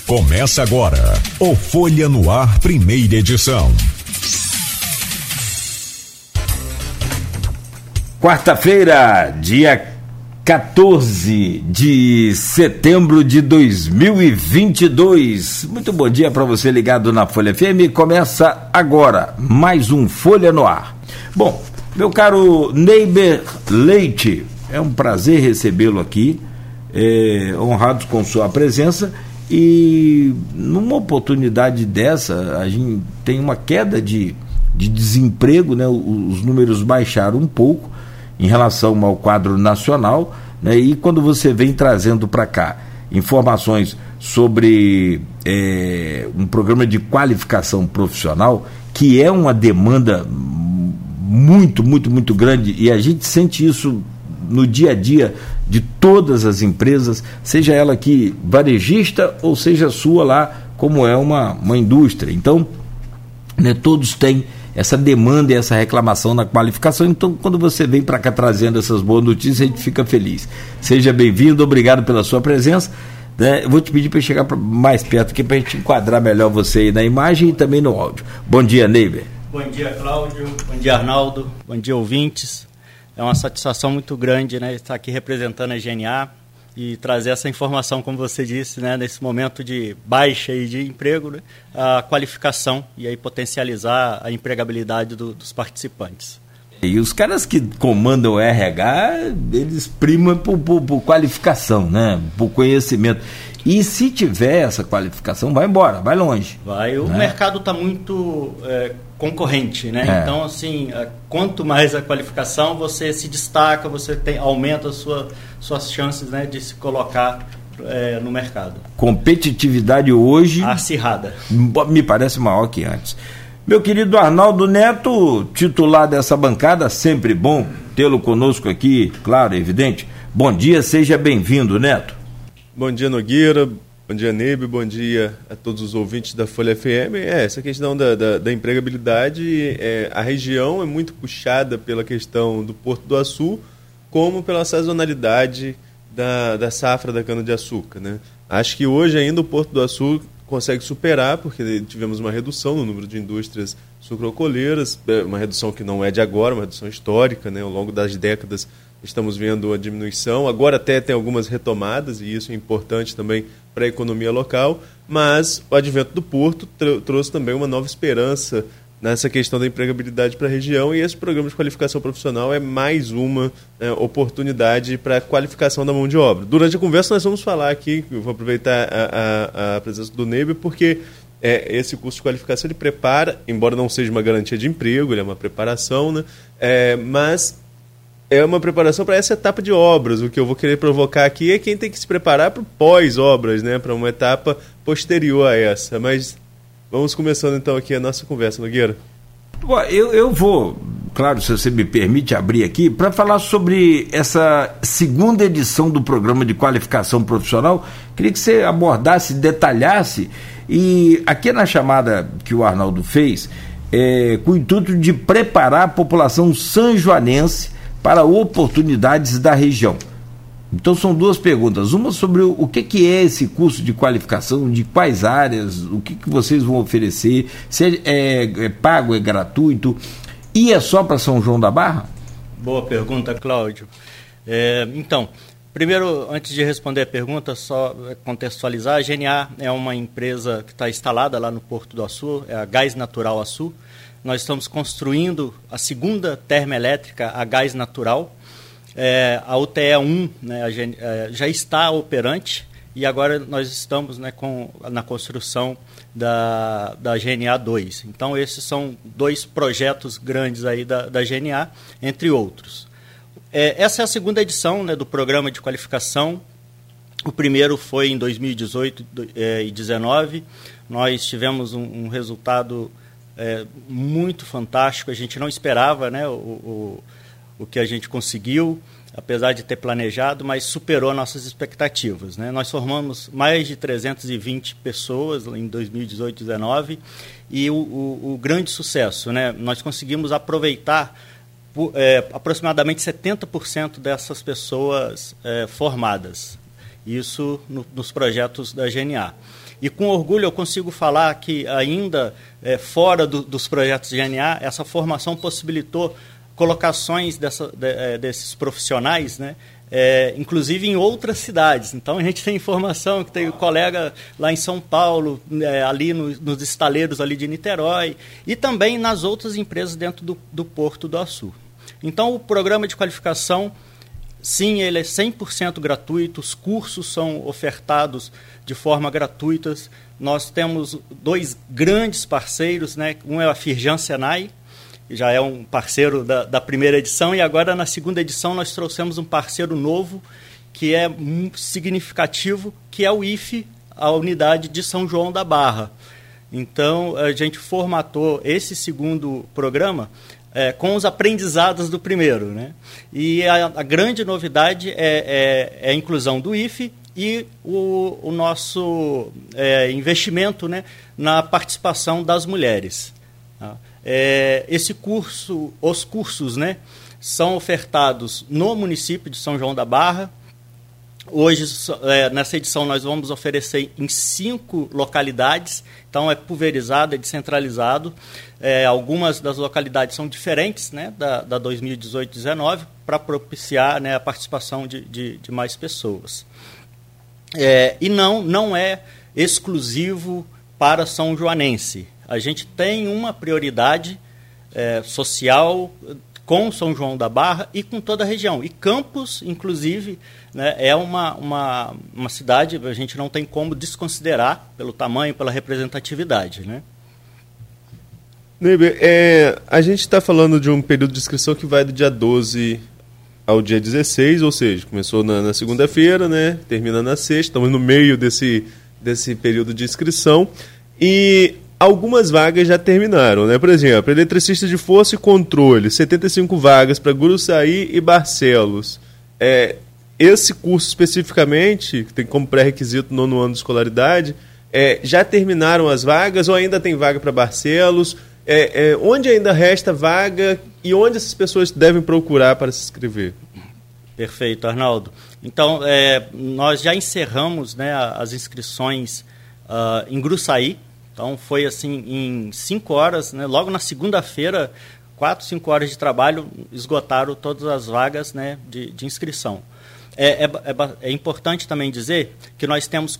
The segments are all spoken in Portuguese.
Começa agora o Folha no Ar, primeira edição. Quarta-feira, dia 14 de setembro de 2022. Muito bom dia para você ligado na Folha FM. Começa agora mais um Folha no Ar. Bom, meu caro Neiber Leite, é um prazer recebê-lo aqui, honrados com sua presença. E numa oportunidade dessa, a gente tem uma queda de desemprego, né? Os números baixaram um pouco em relação ao quadro nacional, né? E quando você vem trazendo para cá informações sobre um programa de qualificação profissional, que é uma demanda muito, muito, muito grande, e a gente sente isso no dia a dia de todas as empresas, seja ela aqui varejista ou seja sua lá, como é uma indústria. Então, né, todos têm essa demanda e essa reclamação na qualificação. Então, quando você vem para cá trazendo essas boas notícias, a gente fica feliz. Seja bem-vindo, obrigado pela sua presença, né? Eu vou te pedir para chegar mais perto aqui para a gente enquadrar melhor você aí na imagem e também no áudio. Bom dia, Neiber. Bom dia, Cláudio. Bom dia, Arnaldo. Bom dia, ouvintes. É uma satisfação muito grande, né, estar aqui representando a GNA e trazer essa informação, como você disse, né, nesse momento de baixa e de emprego, né, a qualificação e aí potencializar a empregabilidade dos participantes. E os caras que comandam o RH, eles primam por qualificação, né, por conhecimento. E se tiver essa qualificação, vai embora, vai longe. Vai, o mercado está muito concorrente, né? Então, assim, quanto mais a qualificação, você se destaca, você aumenta suas chances, né, de se colocar no mercado. Competitividade hoje acirrada. Me parece maior que antes. Meu querido Arnaldo Neto, titular dessa bancada, sempre bom tê-lo conosco aqui, claro, evidente. Bom dia, seja bem-vindo, Neto. Bom dia, Nogueira. Bom dia, Neibe. Bom dia a todos os ouvintes da Folha FM. Essa questão da empregabilidade, a região é muito puxada pela questão do Porto do Açu, como pela sazonalidade da safra da cana-de-açúcar, né? Acho que hoje ainda o Porto do Açu consegue superar, porque tivemos uma redução no número de indústrias sucroalcooleiras, uma redução que não é de agora, uma redução histórica, né? Ao longo das décadas estamos vendo a diminuição, agora até tem algumas retomadas, e isso é importante também para a economia local, mas o advento do Porto trouxe também uma nova esperança nessa questão da empregabilidade para a região, e esse programa de qualificação profissional é mais uma oportunidade para a qualificação da mão de obra. Durante a conversa nós vamos falar aqui, eu vou aproveitar a presença do Neiber, porque esse curso de qualificação ele prepara, embora não seja uma garantia de emprego, ele é uma preparação, né? Mas é uma preparação para essa etapa de obras. O que eu vou querer provocar aqui é quem tem que se preparar para pós-obras, né? Para uma etapa posterior a essa. Mas vamos começando então aqui a nossa conversa, Nogueira. Eu vou, claro, se você me permite abrir aqui, para falar sobre essa segunda edição do programa de qualificação profissional. Queria que você abordasse, detalhasse, e aqui na chamada que o Arnaldo fez, com o intuito de preparar a população sanjoanense para oportunidades da região. Então são duas perguntas, uma sobre o que é esse curso de qualificação, de quais áreas, o que vocês vão oferecer, se é pago, é gratuito, e é só para São João da Barra? Boa pergunta, Cláudio. Então, primeiro, antes de responder a pergunta, só contextualizar, a GNA é uma empresa que está instalada lá no Porto do Açu, é a Gás Natural Açu. Nós estamos construindo a segunda termoelétrica a gás natural. A UTE-1, né, já está operante, e agora nós estamos, né, na construção da GNA-2. Então, esses são dois projetos grandes aí da GNA, entre outros. Essa é a segunda edição, né, do programa de qualificação. O primeiro foi em 2018 e 2019. Nós tivemos um resultado muito fantástico. A gente não esperava, né, o que a gente conseguiu, apesar de ter planejado, mas superou nossas expectativas, né? Nós formamos mais de 320 pessoas em 2018 e 2019, e o grande sucesso, né? Nós conseguimos aproveitar aproximadamente 70% dessas pessoas formadas, isso nos projetos da GNA. E com orgulho eu consigo falar que ainda fora dos projetos de GNA, essa formação possibilitou colocações desses profissionais, né? Inclusive em outras cidades. Então a gente tem informação que tem um colega lá em São Paulo, ali nos estaleiros ali de Niterói, e também nas outras empresas dentro do Porto do Açu. Então o programa de qualificação, sim, ele é 100% gratuito, os cursos são ofertados de forma gratuita. Nós temos 2 grandes parceiros, né? Um é a Firjan Senai, já é um parceiro da primeira edição, e agora na segunda edição nós trouxemos um parceiro novo, que é muito significativo, que é o IFE, a unidade de São João da Barra. Então, a gente formatou esse segundo programa com os aprendizados do primeiro, né? E a grande novidade é a inclusão do IFE e o nosso investimento, né, na participação das mulheres. Tá? Os cursos, né, são ofertados no município de São João da Barra. Hoje, nessa edição, nós vamos oferecer em 5 localidades, então é pulverizado, é descentralizado. Algumas das localidades são diferentes, né, da 2018-19, para propiciar, né, a participação de mais pessoas. E não é exclusivo para São Joanense. A gente tem uma prioridade social com São João da Barra e com toda a região. E Campos, inclusive, né, é uma cidade, a gente não tem como desconsiderar pelo tamanho, pela representatividade, né? Neiber, a gente está falando de um período de inscrição que vai do dia 12 ao dia 16, ou seja, começou na segunda-feira, né, termina na sexta, estamos no meio desse período de inscrição, e algumas vagas já terminaram, né? Por exemplo, eletricista de força e controle, 75 vagas para Guruçaí e Barcelos. Esse curso especificamente, que tem como pré-requisito 9º ano de escolaridade, já terminaram as vagas ou ainda tem vaga para Barcelos? Onde ainda resta vaga e onde essas pessoas devem procurar para se inscrever? Perfeito, Arnaldo. Então, nós já encerramos, né, as inscrições em Guruçaí. Então, foi assim, em 5 horas, né, logo na segunda-feira, 4, 5 horas de trabalho, esgotaram todas as vagas, né, de inscrição. É importante também dizer que nós temos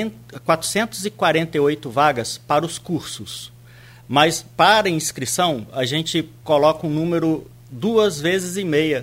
448 vagas para os cursos, mas para inscrição a gente coloca um número 2,5 vezes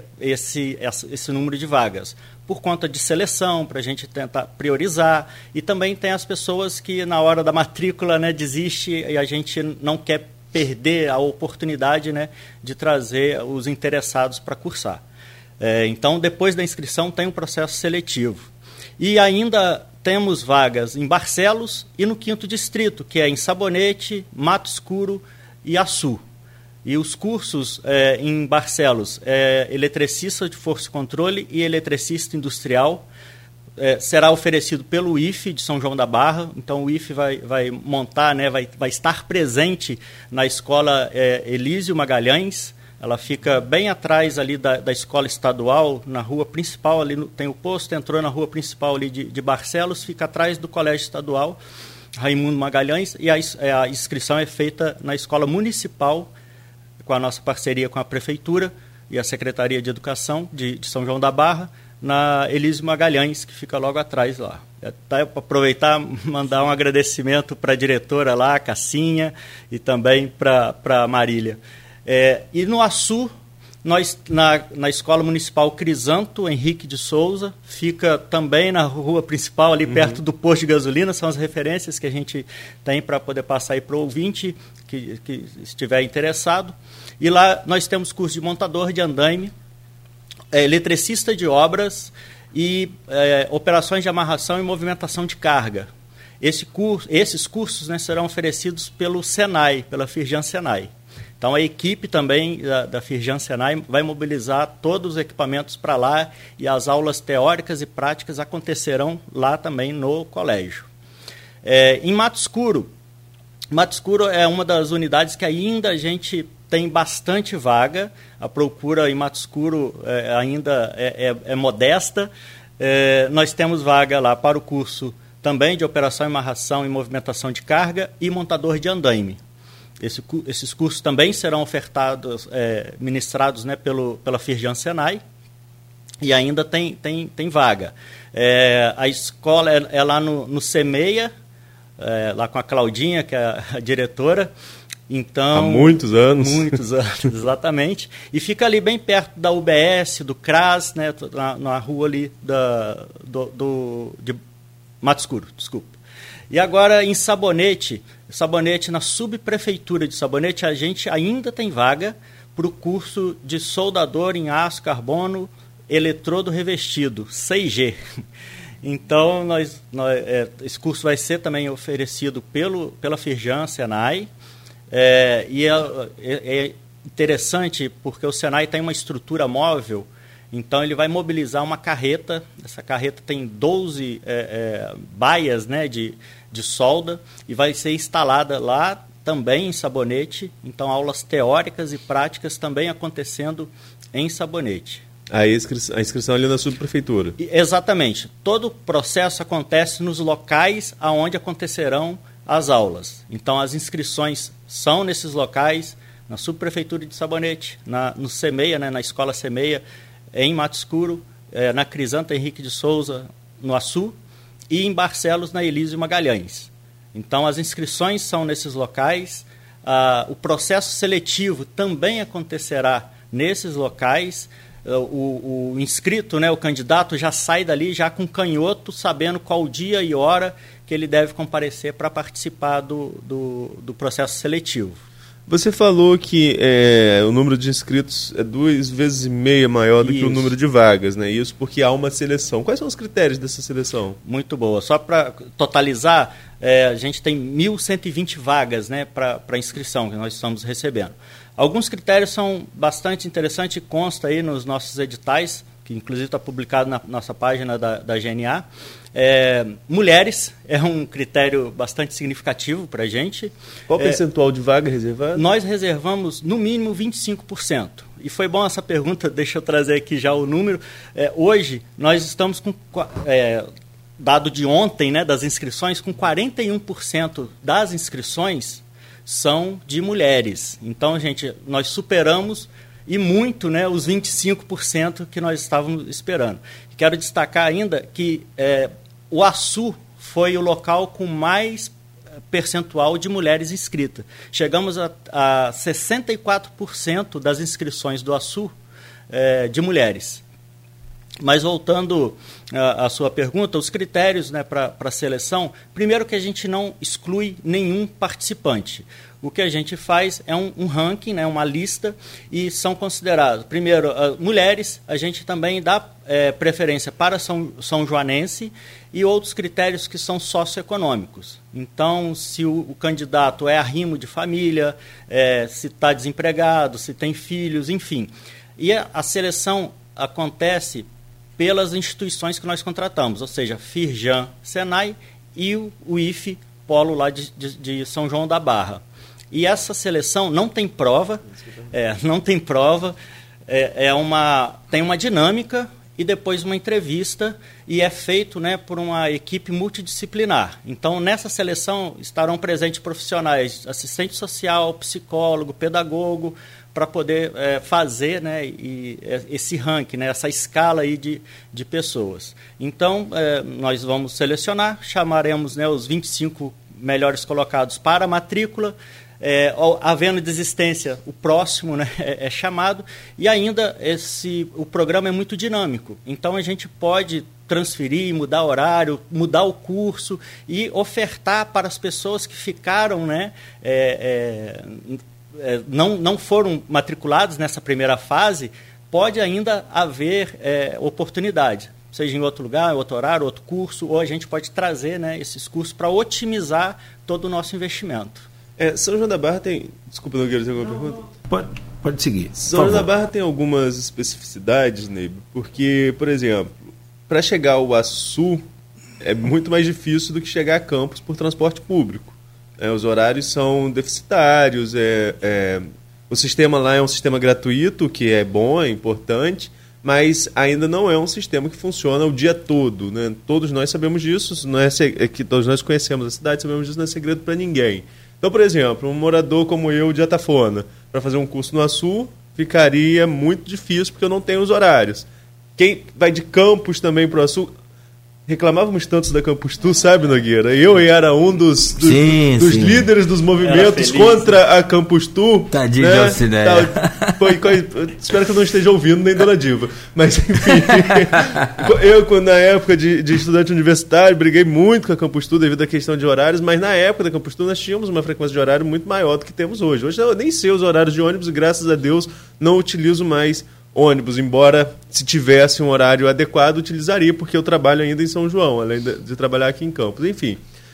esse número de vagas, por conta de seleção, para a gente tentar priorizar, e também tem as pessoas que na hora da matrícula, né, desiste e a gente não quer perder a oportunidade, né, de trazer os interessados para cursar. Então, depois da inscrição tem um processo seletivo. E ainda temos vagas em Barcelos e no 5º Distrito, que é em Sabonete, Mato Escuro e Açu. E os cursos em Barcelos, eletricista de força e controle e eletricista industrial, será oferecido pelo IFE de São João da Barra. Então o IFE vai montar, né, vai estar presente na escola Elísio Magalhães. Ela fica bem atrás ali da escola estadual, na rua principal, ali tem o posto, entrou na rua principal ali de Barcelos, fica atrás do colégio estadual Raimundo Magalhães, e a inscrição é feita na escola municipal, com a nossa parceria com a Prefeitura e a Secretaria de Educação de São João da Barra, na Elísio Magalhães, que fica logo atrás lá. Até para aproveitar, mandar um agradecimento para a diretora lá, a Cassinha, e também para a Marília. E no Açu, nós, na Escola Municipal Crisanto Henrique de Souza, fica também na rua principal, ali perto do posto de gasolina, são as referências que a gente tem para poder passar aí para o ouvinte que estiver interessado. E lá nós temos curso de montador de andaime, eletricista de obras e operações de amarração e movimentação de carga. Esses cursos, né, serão oferecidos pelo Senai, pela Firjan Senai. Então, a equipe também da Firjan Senai vai mobilizar todos os equipamentos para lá, e as aulas teóricas e práticas acontecerão lá também no colégio. Em Mato Escuro é uma das unidades que ainda a gente tem bastante vaga. A procura em Mato Escuro ainda é modesta. Nós temos vaga lá para o curso também de operação e amarração e movimentação de carga e montador de andaime. Esses cursos também serão ofertados, ministrados, né, pela Firjan Senai, e ainda tem vaga. A escola é lá no CEMEIA, lá com a Claudinha, que é a diretora. Então, há muitos anos. Muitos anos, exatamente. E fica ali bem perto da UBS, do CRAS, né, na rua ali de Mato Escuro, desculpa. E agora em Sabonete, na subprefeitura de Sabonete, a gente ainda tem vaga para o curso de soldador em aço, carbono, eletrodo revestido, 6G. Então, esse curso vai ser também oferecido pela Firjan Senai. E é interessante porque o Senai tem uma estrutura móvel, então ele vai mobilizar uma carreta. Essa carreta tem 12 baias, né, de solda, e vai ser instalada lá também em Sabonete. Então, aulas teóricas e práticas também acontecendo em Sabonete. A inscrição ali na subprefeitura. Exatamente. Todo o processo acontece nos locais aonde acontecerão as aulas. Então, as inscrições são nesses locais, na subprefeitura de Sabonete, no CEMEIA, né, na escola CEMEIA, em Mato Escuro, na Crisanta Henrique de Souza, no Açu, e em Barcelos, na Elísio Magalhães. Então, as inscrições são nesses locais. O processo seletivo também acontecerá nesses locais. O inscrito, né, o candidato, já sai dali já com canhoto, sabendo qual dia e hora que ele deve comparecer para participar do processo seletivo. Você falou que o número de inscritos é 2,5 vezes maior do que o número de vagas, né? Isso porque há uma seleção. Quais são os critérios dessa seleção? Muito boa. Só para totalizar, a gente tem 1.120 vagas, né, para inscrição que nós estamos recebendo. Alguns critérios são bastante interessantes e consta aí nos nossos editais, que inclusive está publicado na nossa página da GNA. Mulheres é um critério bastante significativo para a gente. Qual o percentual de vaga reservada? Nós reservamos no mínimo 25%. E foi bom essa pergunta, deixa eu trazer aqui já o número. Hoje nós estamos com, dado de ontem, né, das inscrições, com 41% das inscrições são de mulheres. Então, gente, nós superamos e muito, né, os 25% que nós estávamos esperando. Quero destacar ainda que o Açu foi o local com mais percentual de mulheres inscritas. Chegamos a 64% das inscrições do Açu de mulheres. Mas voltando à sua pergunta, os critérios, né, para a seleção, primeiro que a gente não exclui nenhum participante. O que a gente faz é um ranking, né, uma lista, e são considerados, primeiro, mulheres, a gente também dá preferência para São Joanense e outros critérios que são socioeconômicos. Então, se o candidato é arrimo de família, se está desempregado, se tem filhos, enfim. E a seleção acontece pelas instituições que nós contratamos, ou seja, Firjan Senai e o IFE Polo lá de São João da Barra. E essa seleção não tem prova, tem uma dinâmica e depois uma entrevista, e é feito, né, por uma equipe multidisciplinar. Então, nessa seleção estarão presentes profissionais, assistente social, psicólogo, pedagogo, para poder fazer, né, esse ranking, né, essa escala aí de pessoas. Então, nós vamos selecionar, chamaremos, né, os 25 melhores colocados para a matrícula. Havendo desistência, o próximo, né, é chamado, e ainda o programa é muito dinâmico, então a gente pode transferir, mudar horário, mudar o curso e ofertar para as pessoas que ficaram, né, não foram matriculados nessa primeira fase, pode ainda haver oportunidade, seja em outro lugar, outro horário, outro curso, ou a gente pode trazer, né, esses cursos para otimizar todo o nosso investimento. São João da Barra tem... Desculpa, não quero dizer alguma pergunta? Pode seguir. São João da Barra tem algumas especificidades, Neibe, porque, por exemplo, para chegar ao Açu é muito mais difícil do que chegar a Campos por transporte público. Os horários são deficitários, o sistema lá é um sistema gratuito, que é bom, é importante, mas ainda não é um sistema que funciona o dia todo, né? Todos nós sabemos disso, não é que todos nós conhecemos a cidade, sabemos disso, não é segredo para ninguém. Então, por exemplo, um morador como eu de Atafona, para fazer um curso no Açu, ficaria muito difícil porque eu não tenho os horários. Quem vai de Campos também para o Açu, reclamávamos tanto da Campus Tu, sabe, Nogueira? Eu era um dos líderes dos movimentos contra a Campus Tu. Tadinho, né? de Alcineia. Espero que eu não esteja ouvindo, nem Dona Diva. Mas, enfim, eu, na época de estudante universitário, briguei muito com a Campus Tu devido à questão de horários, mas na época da Campus Tu nós tínhamos uma frequência de horário muito maior do que temos hoje. Hoje eu nem sei os horários de ônibus e, graças a Deus, não utilizo mais ônibus, embora se tivesse um horário adequado, utilizaria, porque eu trabalho ainda em São João, além de trabalhar aqui em Campos. Enfim,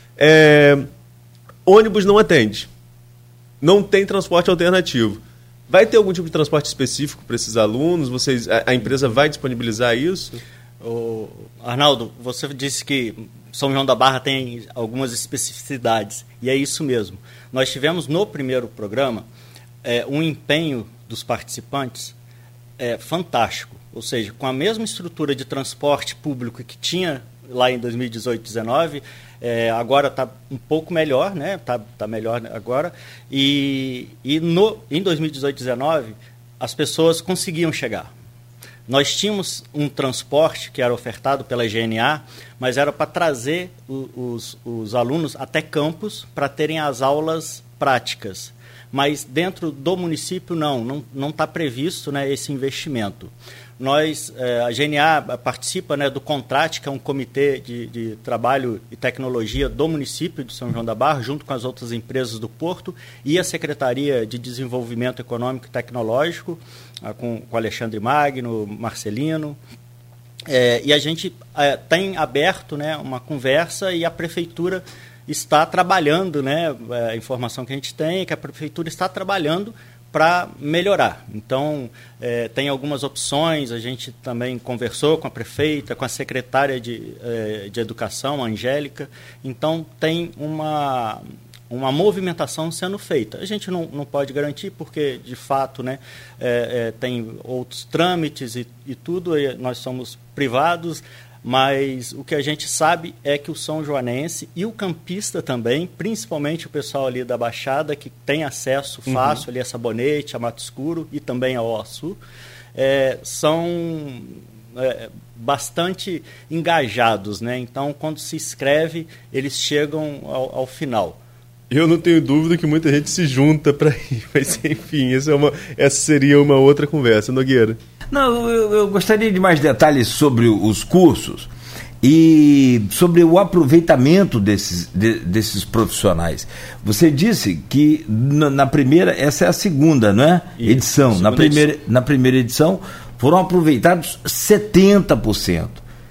ônibus não atende. Não tem transporte alternativo. Vai ter algum tipo de transporte específico para esses alunos? A empresa vai disponibilizar isso? Arnaldo, você disse que São João da Barra tem algumas especificidades, e é isso mesmo. Nós tivemos no primeiro programa um empenho dos participantes fantástico, ou seja, com a mesma estrutura de transporte público que tinha lá em 2018, 2019, agora está um pouco melhor, né? Tá melhor agora, em 2018, 2019, as pessoas conseguiam chegar. Nós tínhamos um transporte que era ofertado pela GNA, mas era para trazer os alunos até Campos para terem as aulas práticas. Mas dentro do município não está previsto, né, esse investimento. A GNA participa, né, do CONTRAT, que é um comitê de trabalho e tecnologia do município de São João da Barra, junto com as outras empresas do Porto, e a Secretaria de Desenvolvimento Econômico e Tecnológico, com Alexandre Magno, Marcelino. E a gente tem aberto, né, uma conversa, e a Prefeitura está trabalhando, né, a informação que a gente tem é que a Prefeitura está trabalhando para melhorar. Então, tem algumas opções, a gente também conversou com a prefeita, com a secretária de Educação, a Angélica, então tem uma movimentação sendo feita. A gente não pode garantir porque, de fato, né, tem outros trâmites e tudo, nós somos privados, mas o que a gente sabe é que o são joanense e o campista também, principalmente o pessoal ali da Baixada, que tem acesso fácil ali a Sabonete, a Mato Escuro e também ao Açu, são bastante engajados, né? Então, quando se inscreve, eles chegam ao final. Eu não tenho dúvida que muita gente se junta para ir, mas enfim, essa seria uma outra conversa. Nogueira. Não, eu gostaria de mais detalhes sobre os cursos e sobre o aproveitamento desses profissionais. Você disse que na primeira, essa é a segunda, não é? Edição. Na primeira edição foram aproveitados 70%.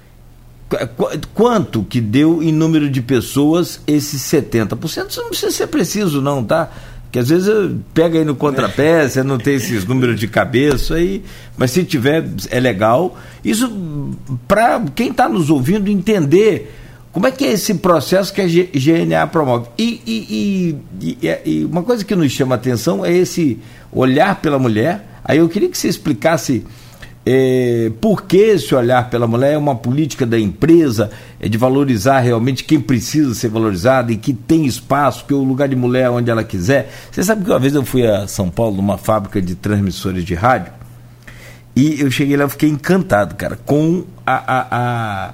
Quanto que deu em número de pessoas esses 70%? Isso não precisa ser preciso não, tá? Porque às vezes pega aí no contrapé, você não tem esses números de cabeça aí, mas se tiver é legal. Isso para quem está nos ouvindo entender como é que é esse processo que a GNA promove. E uma coisa que nos chama a atenção é esse olhar pela mulher. Aí eu queria que você explicasse por que esse olhar pela mulher é uma política da empresa, de valorizar realmente quem precisa ser valorizado e que tem espaço, que o lugar de mulher é onde ela quiser. Você sabe que uma vez eu fui a São Paulo, numa fábrica de transmissores de rádio, e eu cheguei lá e fiquei encantado, cara, com a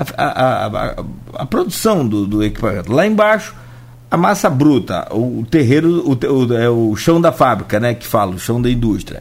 produção do equipamento. Lá embaixo, a massa bruta, o terreiro, o chão da fábrica, né, que fala, o chão da indústria.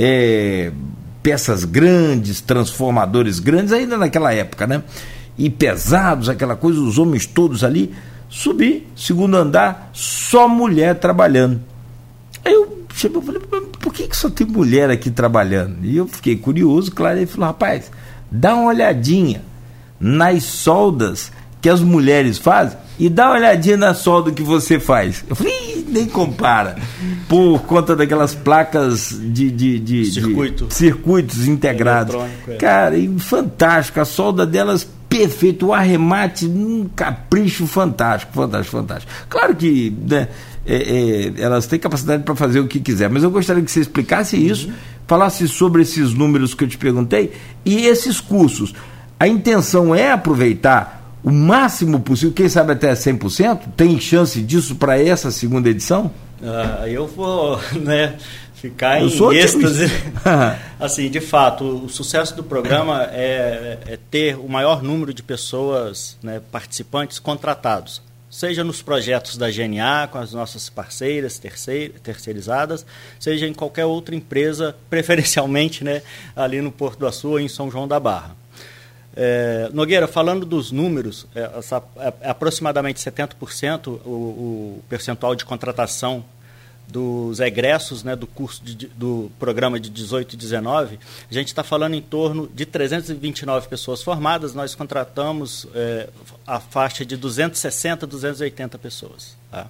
Peças grandes, transformadores grandes, ainda naquela época, né? E pesados, aquela coisa, os homens todos ali. Subi, segundo andar, só mulher trabalhando. Aí eu falei, por que só tem mulher aqui trabalhando? E eu fiquei curioso, claro, ele falou, rapaz, dá uma olhadinha nas soldas que as mulheres fazem e dá uma olhadinha na solda que você faz. Eu falei, nem compara. Por conta daquelas placas de circuitos integrados. Cara, e fantástico. A solda delas perfeito, o arremate, um capricho fantástico. Claro que, né, elas têm capacidade para fazer o que quiser, mas eu gostaria que você explicasse isso, falasse sobre esses números que eu te perguntei e esses cursos. A intenção é aproveitar o máximo possível, quem sabe até 100%? Tem chance disso para essa segunda edição? Eu vou, né, ficar em êxtase. Assim, de fato, o sucesso do programa é ter o maior número de pessoas, né, participantes contratados, seja nos projetos da GNA, com as nossas parceiras terceirizadas, seja em qualquer outra empresa, preferencialmente, né, ali no Porto do Açu ou em São João da Barra. Nogueira, falando dos números, aproximadamente 70% o percentual de contratação dos egressos, né, do curso do programa de 18 e 19, a gente está falando em torno de 329 pessoas formadas, nós contratamos a faixa de 260 a 280 pessoas. Tá?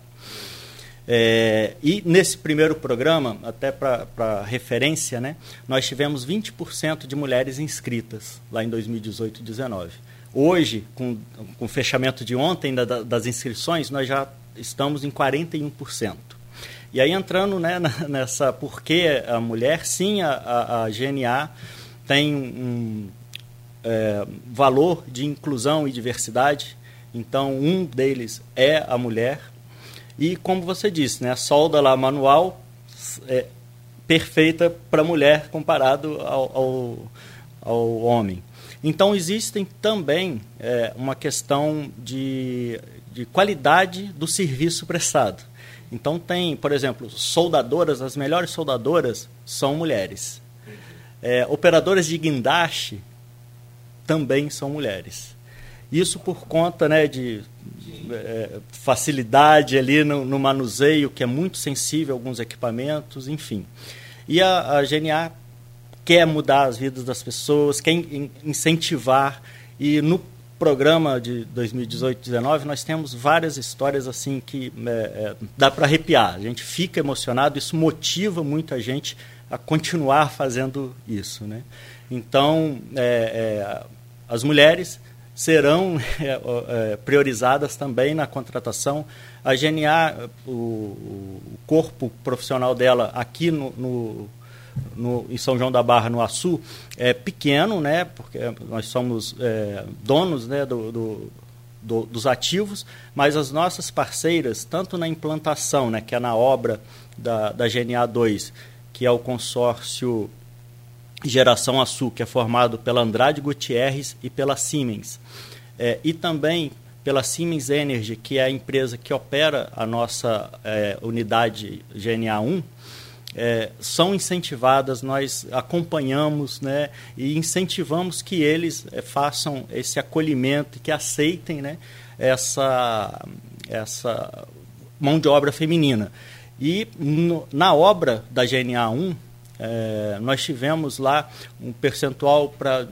E nesse primeiro programa, até para referência, né, nós tivemos 20% de mulheres inscritas lá em 2018 e 2019. Hoje, com o fechamento de ontem das inscrições, nós já estamos em 41%. E aí entrando, né, nessa por que a mulher, sim, a GNA tem um valor de inclusão e diversidade, então um deles é a mulher. E como você disse, né, a solda lá manual é perfeita para a mulher comparado ao homem. Então existem também uma questão de qualidade do serviço prestado. Então tem, por exemplo, soldadoras, as melhores soldadoras são mulheres. Operadoras de guindaste também são mulheres. Isso por conta, né, de facilidade ali no manuseio, que é muito sensível a alguns equipamentos, enfim. E a GNA quer mudar as vidas das pessoas, quer incentivar, e no programa de 2018 e 2019 nós temos várias histórias assim que dá para arrepiar, a gente fica emocionado, isso motiva muito a gente a continuar fazendo isso, né? Então, as mulheres serão priorizadas também na contratação. A GNA, o corpo profissional dela aqui em São João da Barra, no Açu, é pequeno, né, porque nós somos donos, né, dos ativos, mas as nossas parceiras, tanto na implantação, né, que é na obra da GNA 2, que é o consórcio Geração Açu, que é formado pela Andrade Gutierrez e pela Siemens, e também pela Siemens Energy, que é a empresa que opera a nossa unidade GNA 1, são incentivadas, nós acompanhamos, né, e incentivamos que eles façam esse acolhimento e que aceitem, né, essa mão de obra feminina. E na obra da GNA 1, nós tivemos lá um percentual para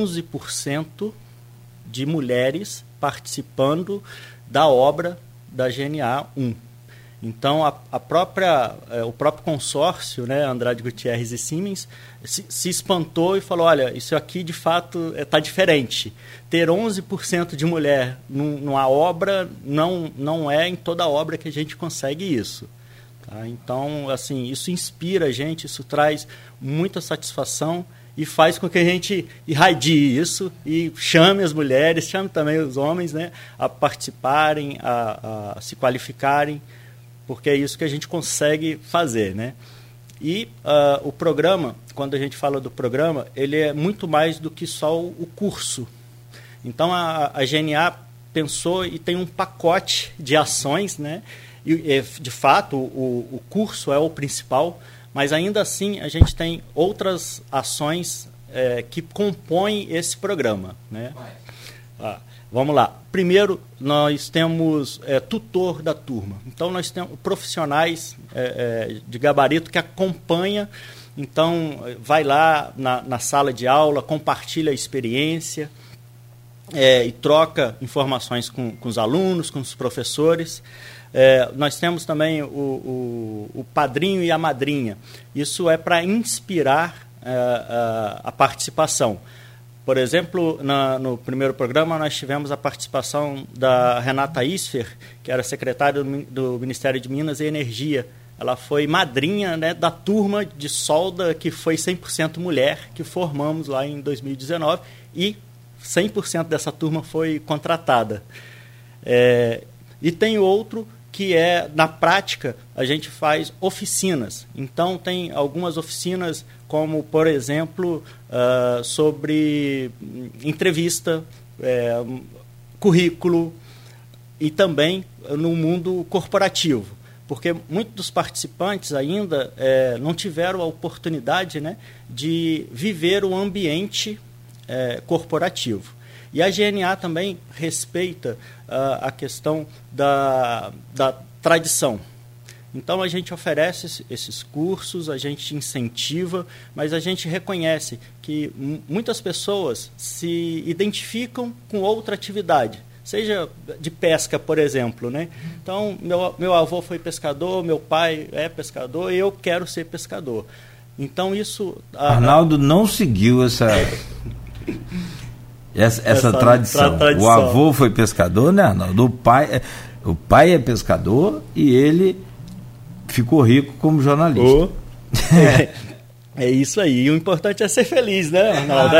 11% de mulheres participando da obra da GNA 1. Então, o próprio consórcio, né, Andrade Gutierrez e Siemens, se espantou e falou, olha, isso aqui de fato está diferente. Ter 11% de mulher numa obra não é em toda obra que a gente consegue isso. Tá? Então, assim, isso inspira a gente, isso traz muita satisfação e faz com que a gente irradie isso e chame as mulheres, chame também os homens, né, a participarem, a se qualificarem, porque é isso que a gente consegue fazer, né? E o programa, quando a gente fala do programa, ele é muito mais do que só o curso. Então, a GNA pensou e tem um pacote de ações, né? E, de fato, o curso é o principal, mas ainda assim a gente tem outras ações que compõem esse programa, né? Vamos lá. Primeiro, nós temos tutor da turma. Então, nós temos profissionais de gabarito que acompanham. Então, vai lá na sala de aula, compartilha a experiência e troca informações com os alunos, com os professores. Nós temos também o padrinho e a madrinha. Isso é para inspirar a participação. Por exemplo, no primeiro programa nós tivemos a participação da Renata Isfer, que era secretária do Ministério de Minas e Energia. Ela foi madrinha, né, da turma de solda que foi 100% mulher, que formamos lá em 2019, e 100% dessa turma foi contratada. E tem outro que na prática, a gente faz oficinas. Então, tem algumas oficinas, como, por exemplo, sobre entrevista, currículo, e também no mundo corporativo. Porque muitos dos participantes ainda não tiveram a oportunidade, né, de viver o ambiente corporativo. E a GNA também respeita a questão da tradição. Então, a gente oferece esses cursos, a gente incentiva, mas a gente reconhece que muitas pessoas se identificam com outra atividade, seja de pesca, por exemplo, né? Então, meu avô foi pescador, meu pai é pescador e eu quero ser pescador. Então, isso... Arnaldo não seguiu essa tradição. O avô foi pescador, né, Arnaldo? O pai é pescador e ele ficou rico como jornalista. É isso aí. E o importante é ser feliz, né, Arnaldo?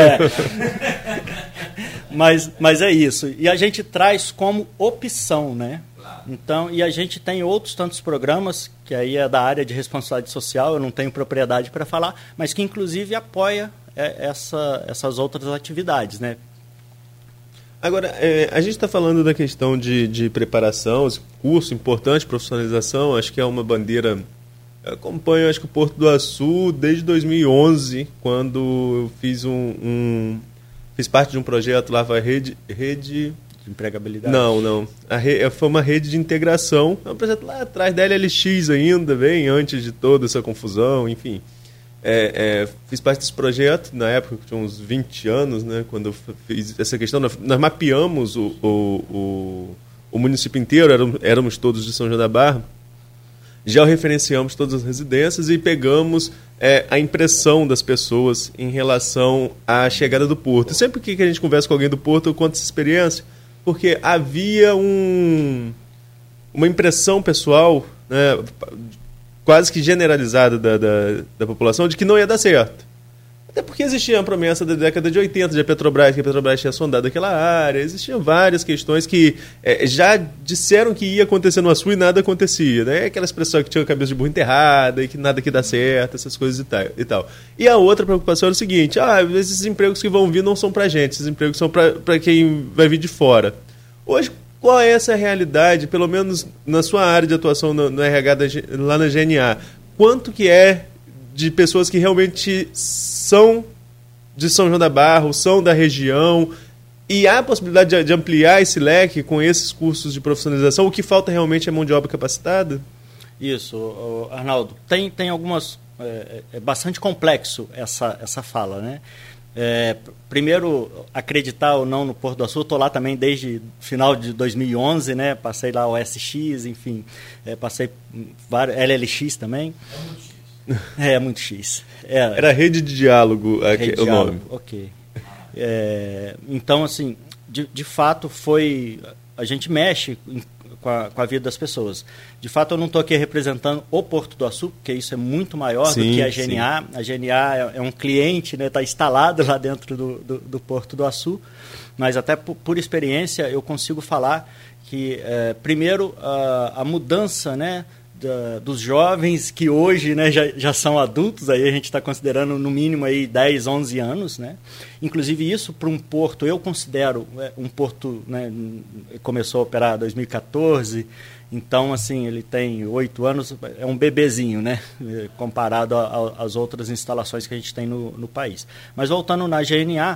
Mas é isso. E a gente traz como opção, né? Então, e a gente tem outros tantos programas, que aí é da área de responsabilidade social, eu não tenho propriedade para falar, mas que inclusive apoia essas outras atividades, né? Agora, a gente está falando da questão de preparação, curso importante, profissionalização, acho que é uma bandeira. Eu acompanho, acho que o Porto do Açu desde 2011, quando eu fiz parte de um projeto lá, a rede de empregabilidade. Não. Foi uma rede de integração, é um projeto lá atrás da LLX ainda, bem antes de toda essa confusão, enfim. Fiz parte desse projeto, na época, tinha uns 20 anos, né, quando eu fiz essa questão. Nós mapeamos o município inteiro, éramos todos de São João da Barra, georreferenciamos todas as residências e pegamos a impressão das pessoas em relação à chegada do Porto. E sempre que a gente conversa com alguém do Porto, eu conto essa experiência, porque havia uma impressão pessoal, né, quase que generalizada da população, de que não ia dar certo. Até porque existia a promessa da década de 80 de Petrobras, que a Petrobras tinha sondado aquela área, existiam várias questões que já disseram que ia acontecer no Açu e nada acontecia, né? Aquela expressão que tinha a cabeça de burro enterrada e que nada que dá certo, essas coisas e tal. E a outra preocupação era o seguinte: esses empregos que vão vir não são pra gente, esses empregos são para quem vai vir de fora. Hoje, qual é essa realidade, pelo menos na sua área de atuação no RH lá na GNA? Quanto que é de pessoas que realmente são de São João da Barra, ou são da região, e há a possibilidade de ampliar esse leque com esses cursos de profissionalização? O que falta realmente é mão de obra capacitada? Isso, Arnaldo. Tem algumas... É bastante complexo essa fala, né? Primeiro, acreditar ou não no Porto do Açu, estou lá também desde final de 2011, né? Passei lá o SX, enfim, passei vários, LLX também. É muito X. Era rede de diálogo, o nome. Ok. Então, assim, de fato, a gente mexe com a vida das pessoas. De fato, eu não estou aqui representando o Porto do Açu, porque isso é muito maior do que a GNA. Sim. A GNA é um cliente, né, está instalado lá dentro do Porto do Açu, mas até por experiência eu consigo falar que, primeiro, a mudança, né, dos jovens que hoje, né, já são adultos, aí a gente está considerando no mínimo aí 10, 11 anos, né? Inclusive isso para um porto, eu considero um porto, né, começou a operar em 2014, então assim, ele tem 8 anos, é um bebezinho, né, comparado às outras instalações que a gente tem no país. Mas voltando na GNA,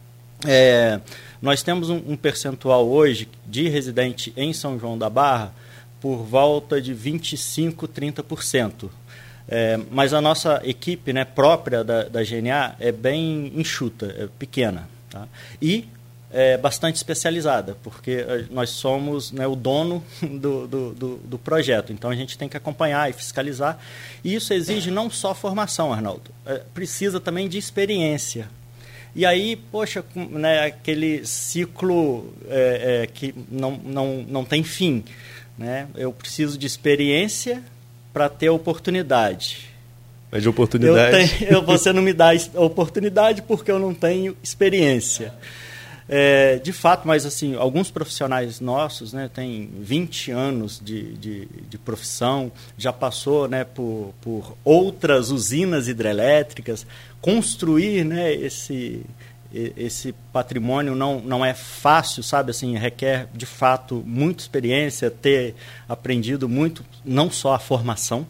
nós temos um percentual hoje de residente em São João da Barra por volta de 25%, 30%. Mas a nossa equipe, né, própria da GNA é bem enxuta, é pequena. Tá? E bastante especializada, porque nós somos, né, o dono do projeto. Então, a gente tem que acompanhar e fiscalizar. E isso exige não só formação, Arnaldo. Precisa também de experiência. E aí, poxa, né, aquele ciclo que não tem fim. Né? Eu preciso de experiência para ter oportunidade. Mas de oportunidade... Você não me dá oportunidade porque eu não tenho experiência. De fato, mas assim, alguns profissionais nossos, né, têm 20 anos de profissão, já passou, né, por outras usinas hidrelétricas. Construir, né, esse patrimônio não é fácil, sabe? Assim, requer, de fato, muita experiência, ter aprendido muito, não só a formação.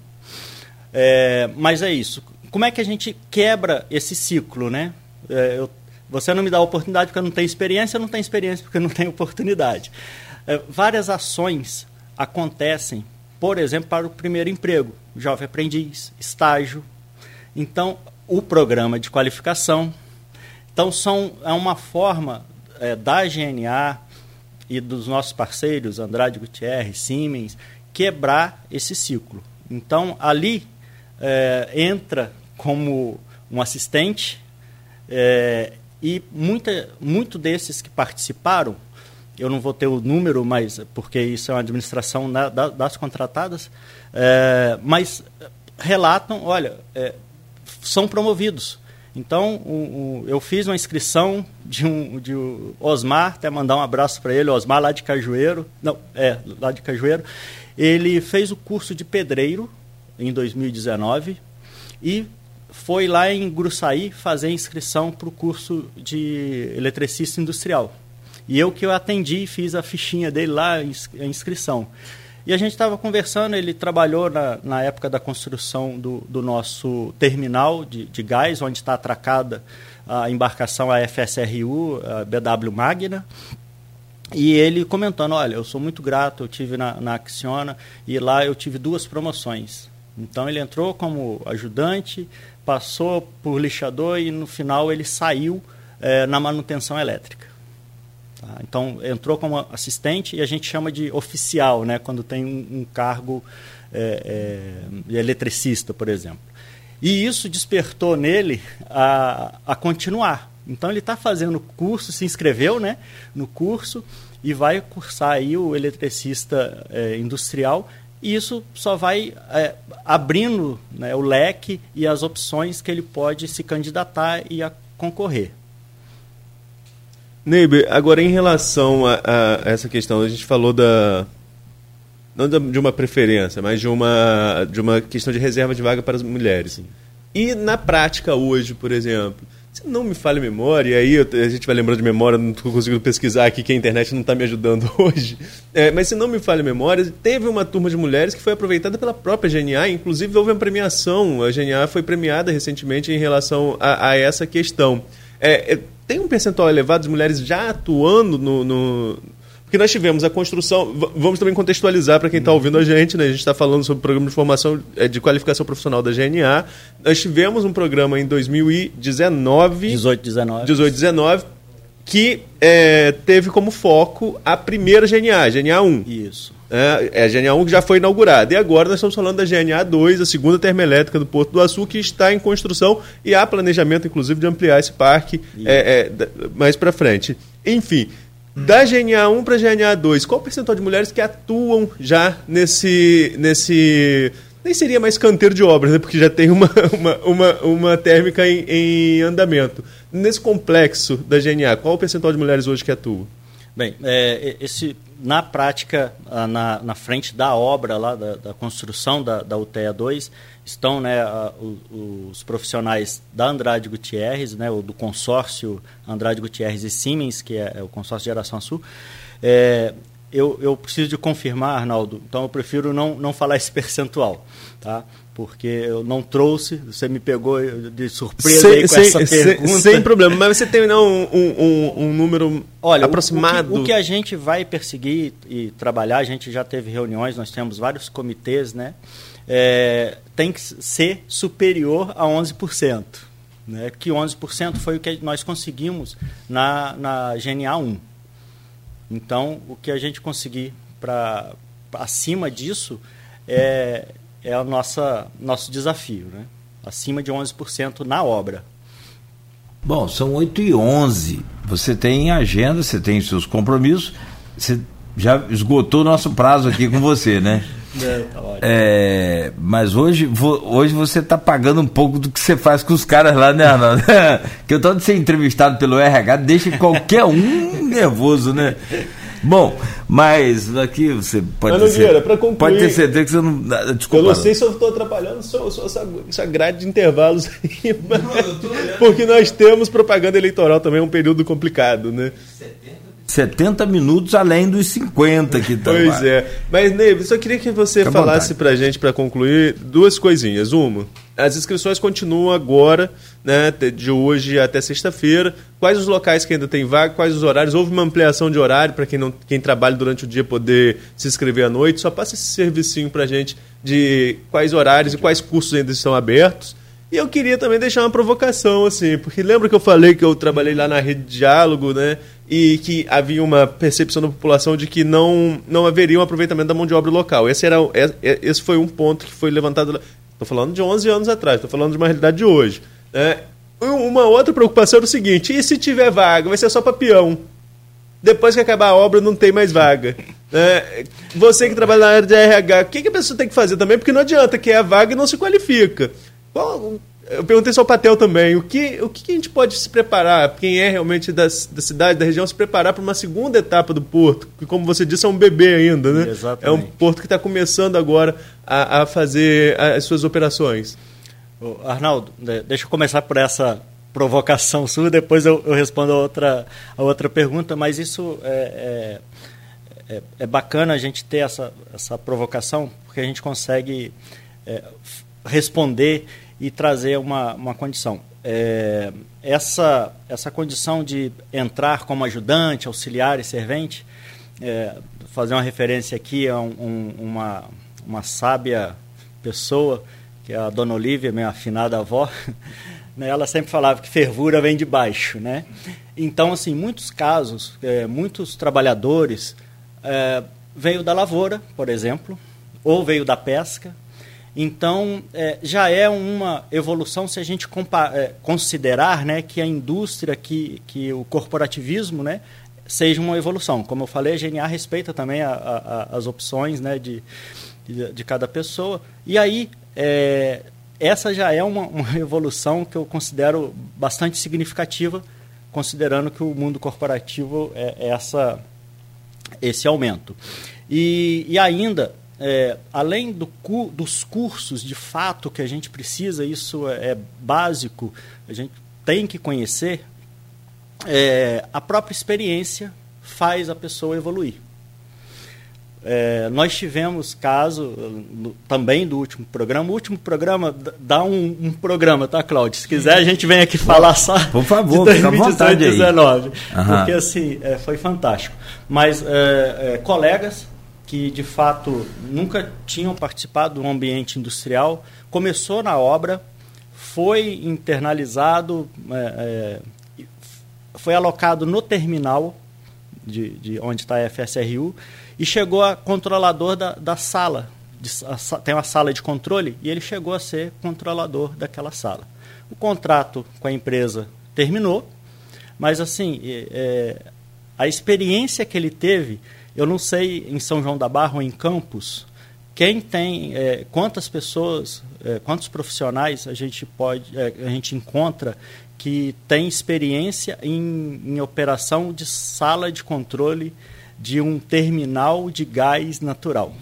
Mas é isso. Como é que a gente quebra esse ciclo, né? Você não me dá oportunidade porque eu não tenho experiência porque eu não tenho oportunidade. Várias ações acontecem, por exemplo, para o primeiro emprego, jovem aprendiz, estágio. Então, o programa de qualificação. Então, é uma forma da GNA e dos nossos parceiros, Andrade Gutierrez, Siemens, quebrar esse ciclo. Então, ali entra como um assistente e muito desses que participaram, eu não vou ter o número, mas porque isso é uma administração das contratadas, mas relatam, olha, são promovidos. Então, eu fiz uma inscrição de Osmar, até mandar um abraço para ele, Osmar lá de Cajueiro, lá de Cajueiro. Ele fez o curso de pedreiro em 2019 e foi lá em Gruçaí fazer a inscrição para o curso de eletricista industrial. E eu atendi, fiz a fichinha dele lá, a inscrição. E a gente estava conversando, ele trabalhou na época da construção do nosso terminal de gás, onde está atracada a embarcação, a FSRU, a BW Magna. E ele comentando, olha, eu sou muito grato, eu tive na Acciona e lá eu tive 2 promoções. Então ele entrou como ajudante, passou por lixador e no final ele saiu na manutenção elétrica. Tá? Então entrou como assistente e a gente chama de oficial, né, quando tem um cargo de eletricista, por exemplo. E isso despertou nele a continuar. Então ele está fazendo o curso, se inscreveu, né, no curso e vai cursar aí o eletricista industrial. E isso só vai abrindo, né, o leque e as opções que ele pode se candidatar e a concorrer. Neiber, agora em relação a essa questão, a gente falou não de uma preferência, mas de uma questão de reserva de vaga para as mulheres. Sim. E na prática hoje, por exemplo, se não me falha a memória, e aí a gente vai lembrando de memória, não estou conseguindo pesquisar aqui que a internet não está me ajudando hoje, mas se não me falha a memória, teve uma turma de mulheres que foi aproveitada pela própria GNA, inclusive houve uma premiação, a GNA foi premiada recentemente em relação a essa questão. Tem um percentual elevado de mulheres já atuando Porque nós tivemos a construção... Vamos também contextualizar para quem está ouvindo a gente, né? A gente está falando sobre o programa de formação de qualificação profissional da GNA. Nós tivemos um programa em 2019... 18-19, que teve como foco a primeira GNA, a GNA 1. Isso. A GNA 1 que já foi inaugurada. E agora nós estamos falando da GNA 2, a segunda termoelétrica do Porto do Açu, que está em construção e há planejamento, inclusive, de ampliar esse parque mais para frente. Enfim, da GNA 1 para a GNA 2, qual o percentual de mulheres que atuam já nesse nem seria mais canteiro de obras, né, porque já tem uma térmica em andamento. Nesse complexo da GNA, qual o percentual de mulheres hoje que atuam? Bem, na prática, na frente da obra lá, da construção da UTEA 2, estão, né, os profissionais da Andrade Gutierrez, né, do consórcio Andrade Gutierrez e Siemens, que é o consórcio de geração sul. Eu preciso de confirmar, Arnaldo, então eu prefiro não falar esse percentual, tá? Porque eu não trouxe, você me pegou de surpresa aí com essa pergunta. Sem problema, mas você tem um número aproximado? O que a gente vai perseguir e trabalhar, a gente já teve reuniões, nós temos vários comitês, né? Tem que ser superior a 11%. Né? Que 11% foi o que nós conseguimos na GNA 1. Então, o que a gente conseguir para acima disso é o nosso desafio, né? Acima de 11% na obra. Bom, são 8h11. Você tem agenda, você tem seus compromissos. Você já esgotou o nosso prazo aqui com você, né? Tá ótimo. Mas hoje você está pagando um pouco do que você faz com os caras lá, né, Arnaldo? Que eu tô de ser entrevistado pelo RH deixa qualquer um nervoso, né? Bom, mas aqui você pode pode ter certeza que você não... Desculpa. Eu não sei se eu estou atrapalhando essa grade de intervalos aí, porque nós temos propaganda eleitoral também, é um período complicado, né? 70 minutos além dos 50 que estão. Pois é. Mas, Ney, só queria que você falasse pra gente, para concluir, duas coisinhas. Uma, as inscrições continuam agora, né, de hoje até sexta-feira. Quais os locais que ainda tem vaga, quais os horários? Houve uma ampliação de horário para quem trabalha durante o dia poder se inscrever à noite. Só passa esse servicinho pra gente de quais horários e quais cursos ainda estão abertos. E eu queria também deixar uma provocação, assim, porque lembra que eu falei que eu trabalhei lá na Rede Diálogo, né? E que havia uma percepção da população de que não haveria um aproveitamento da mão de obra local. Esse foi um ponto que foi levantado. Estou falando de 11 anos atrás, estou falando de uma realidade de hoje. Né? Uma outra preocupação era o seguinte: e se tiver vaga, vai ser só para peão? Depois que acabar a obra, não tem mais vaga. Você que trabalha na área de RH, o que a pessoa tem que fazer também? Porque não adianta que é a vaga e não se qualifica. Eu perguntei ao Patel também, o que a gente pode se preparar, quem é realmente da cidade, da região, se preparar para uma segunda etapa do porto, que, como você disse, é um bebê ainda, né? Exatamente. É um porto que está começando agora a fazer as suas operações. Arnaldo, deixa eu começar por essa provocação sua, depois eu respondo a outra pergunta, mas isso é bacana a gente ter essa provocação, porque a gente consegue responder e trazer uma condição. Essa condição de entrar como ajudante, auxiliar e servente, fazer uma referência aqui a uma sábia pessoa, que é a Dona Olívia, minha afinada avó, né, ela sempre falava que fervura vem de baixo, né? Então, assim, muitos casos, muitos trabalhadores veio da lavoura, por exemplo, ou veio da pesca. Então, já é uma evolução se a gente considerar, né, que a indústria, que o corporativismo, né, seja uma evolução. Como eu falei, a GNA respeita também as opções, né, de cada pessoa. E aí, essa já é uma evolução que eu considero bastante significativa, considerando que o mundo corporativo é esse aumento. E ainda... além dos cursos de fato que a gente precisa, isso é básico, a gente tem que conhecer, a própria experiência faz a pessoa evoluir. Nós tivemos caso também do último programa. O último programa dá um programa, tá, Cláudio? Se quiser, a gente vem aqui falar só por favor, de 2018 e 2019, porque assim, foi fantástico. Mas colegas que de fato nunca tinham participado do ambiente industrial, começou na obra, foi internalizado, foi alocado no terminal de onde está a FSRU e chegou a controlador da sala. Tem uma sala de controle e ele chegou a ser controlador daquela sala. O contrato com a empresa terminou, mas assim, a experiência que ele teve... Eu não sei em São João da Barra ou em Campos, quem tem, quantas pessoas, quantos profissionais a gente encontra que tem experiência em operação de sala de controle de um terminal de gás natural.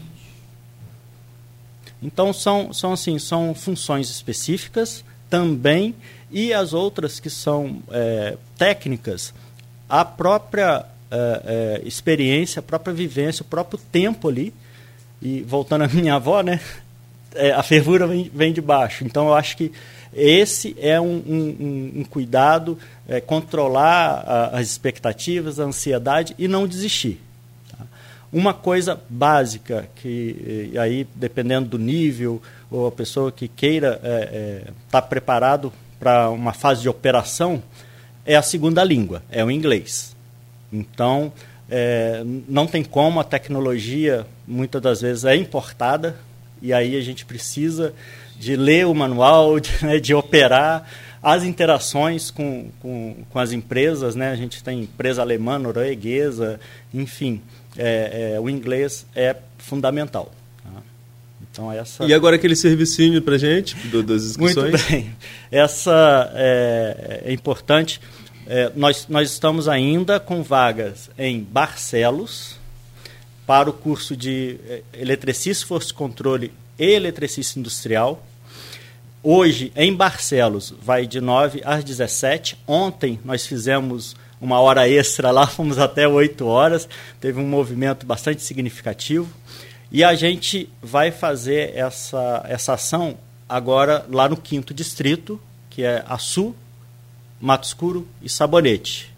Então são funções específicas também, e as outras que são técnicas, a própria experiência, a própria vivência, o próprio tempo ali. E voltando à minha avó, né, a fervura vem de baixo. Então eu acho que esse é um cuidado, controlar as expectativas, a ansiedade e não desistir. Tá? Uma coisa básica, que aí dependendo do nível, ou a pessoa que queira estar preparado para uma fase de operação, é a segunda língua, é o inglês. Então, não tem como, a tecnologia muitas das vezes é importada, e aí a gente precisa de ler o manual, de operar. as interações com as empresas, né? A gente tem empresa alemã, norueguesa, enfim, o inglês é fundamental. Tá? Então, E agora aquele servicinho para a gente, das inscrições? Muito bem. Essa é importante. Nós estamos ainda com vagas em Barcelos para o curso de Eletricista, Força e Controle e Eletricista Industrial. Hoje, em Barcelos, vai de 9 às 17. Ontem nós fizemos uma hora extra lá, fomos até 8 horas. Teve um movimento bastante significativo. E a gente vai fazer essa ação agora lá no 5º Distrito, que é Açu, Mato Escuro e Sabonete.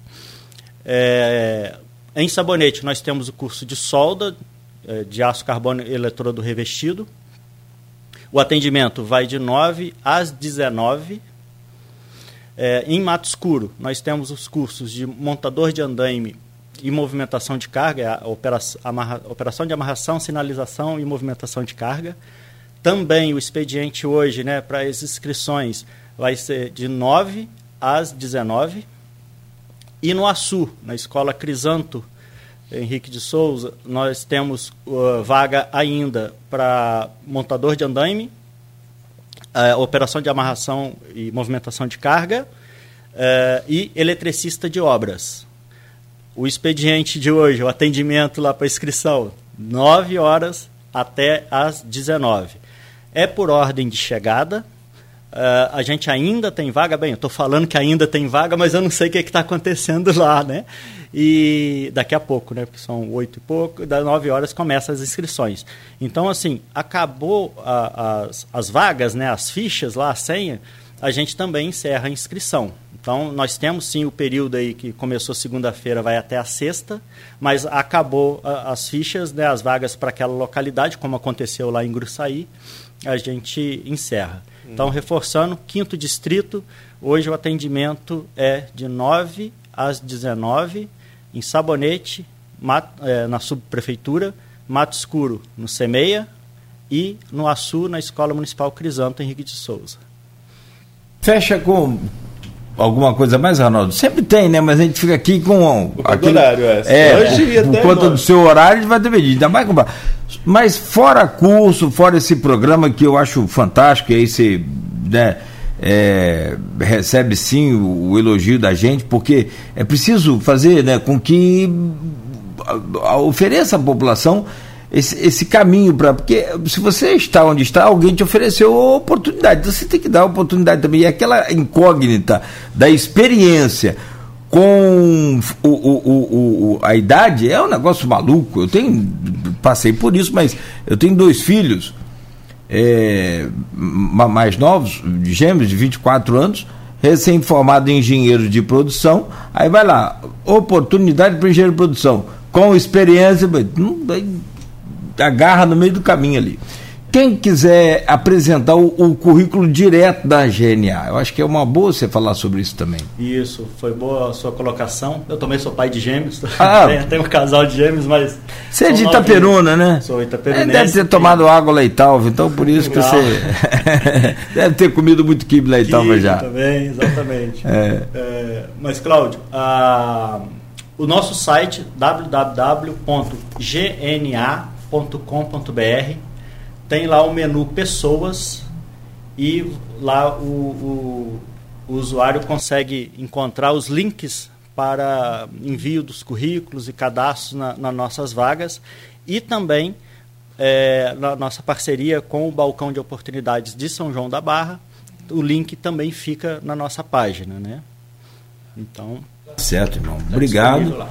Em Sabonete, nós temos o curso de solda, de aço, carbono e eletrodo revestido. O atendimento vai de 9 às 19. Em Mato Escuro, nós temos os cursos de montador de andaime e movimentação de carga, operação de amarração, sinalização e movimentação de carga. Também o expediente hoje, né, para as inscrições vai ser de 9 às 19. E no Açu, na Escola Crisanto Henrique de Souza, nós temos vaga ainda para montador de andaime, operação de amarração e movimentação de carga e eletricista de obras. O expediente de hoje, o atendimento lá para inscrição, 9 horas até às 19. É por ordem de chegada. A gente ainda tem vaga. Bem, eu estou falando que ainda tem vaga, mas eu não sei o que está acontecendo lá, né? E daqui a pouco, né? Porque são 8 e pouco, das 9 horas começam as inscrições. Então, assim, acabou as vagas, né? As fichas lá, a senha, a gente também encerra a inscrição. Então, nós temos sim o período aí que começou segunda-feira, vai até a sexta, mas acabou as fichas, né? As vagas para aquela localidade, como aconteceu lá em Gruçaí, a gente encerra. Então, reforçando, 5º Distrito, hoje o atendimento é de 9 às 19, em Sabonete, na Subprefeitura, Mato Escuro, no CEMEIA, e no Açu, na Escola Municipal Crisanto Henrique de Souza. Fecha com alguma coisa mais, Arnaldo? Sempre tem, né? Mas a gente fica aqui com aquele horário. Por conta do seu horário, a gente vai dividir. Ainda mais comprar. Mas fora curso, fora esse programa que eu acho fantástico, e aí você, né, recebe sim o elogio da gente, porque é preciso fazer, né, com que ofereça à população esse caminho para... Porque se você está onde está, alguém te ofereceu oportunidade, então você tem que dar a oportunidade também. E aquela incógnita da experiência com a idade é um negócio maluco. Passei por isso, mas eu tenho 2 filhos mais novos, gêmeos de 24 anos, recém-formado em engenheiro de produção. Aí vai lá, oportunidade para engenheiro de produção, com experiência, agarra no meio do caminho ali. Quem quiser apresentar o currículo direto da GNA, eu acho que é uma boa você falar sobre isso também. Isso, foi boa a sua colocação. Eu também sou pai de gêmeos, tenho um casal de gêmeos, mas... Você é de Itaperuna, né? Sou itaperunense. Deve ter tomado água Leitalva, então por isso que você... deve ter comido muito quibe Leitalva já. Também, exatamente. Mas, Cláudio, o nosso site, www.gna.com.br, tem lá o menu Pessoas e lá o usuário consegue encontrar os links para envio dos currículos e cadastros nas nossas vagas e também na nossa parceria com o Balcão de Oportunidades de São João da Barra, o link também fica na nossa página, né? Então... Certo, irmão. Obrigado.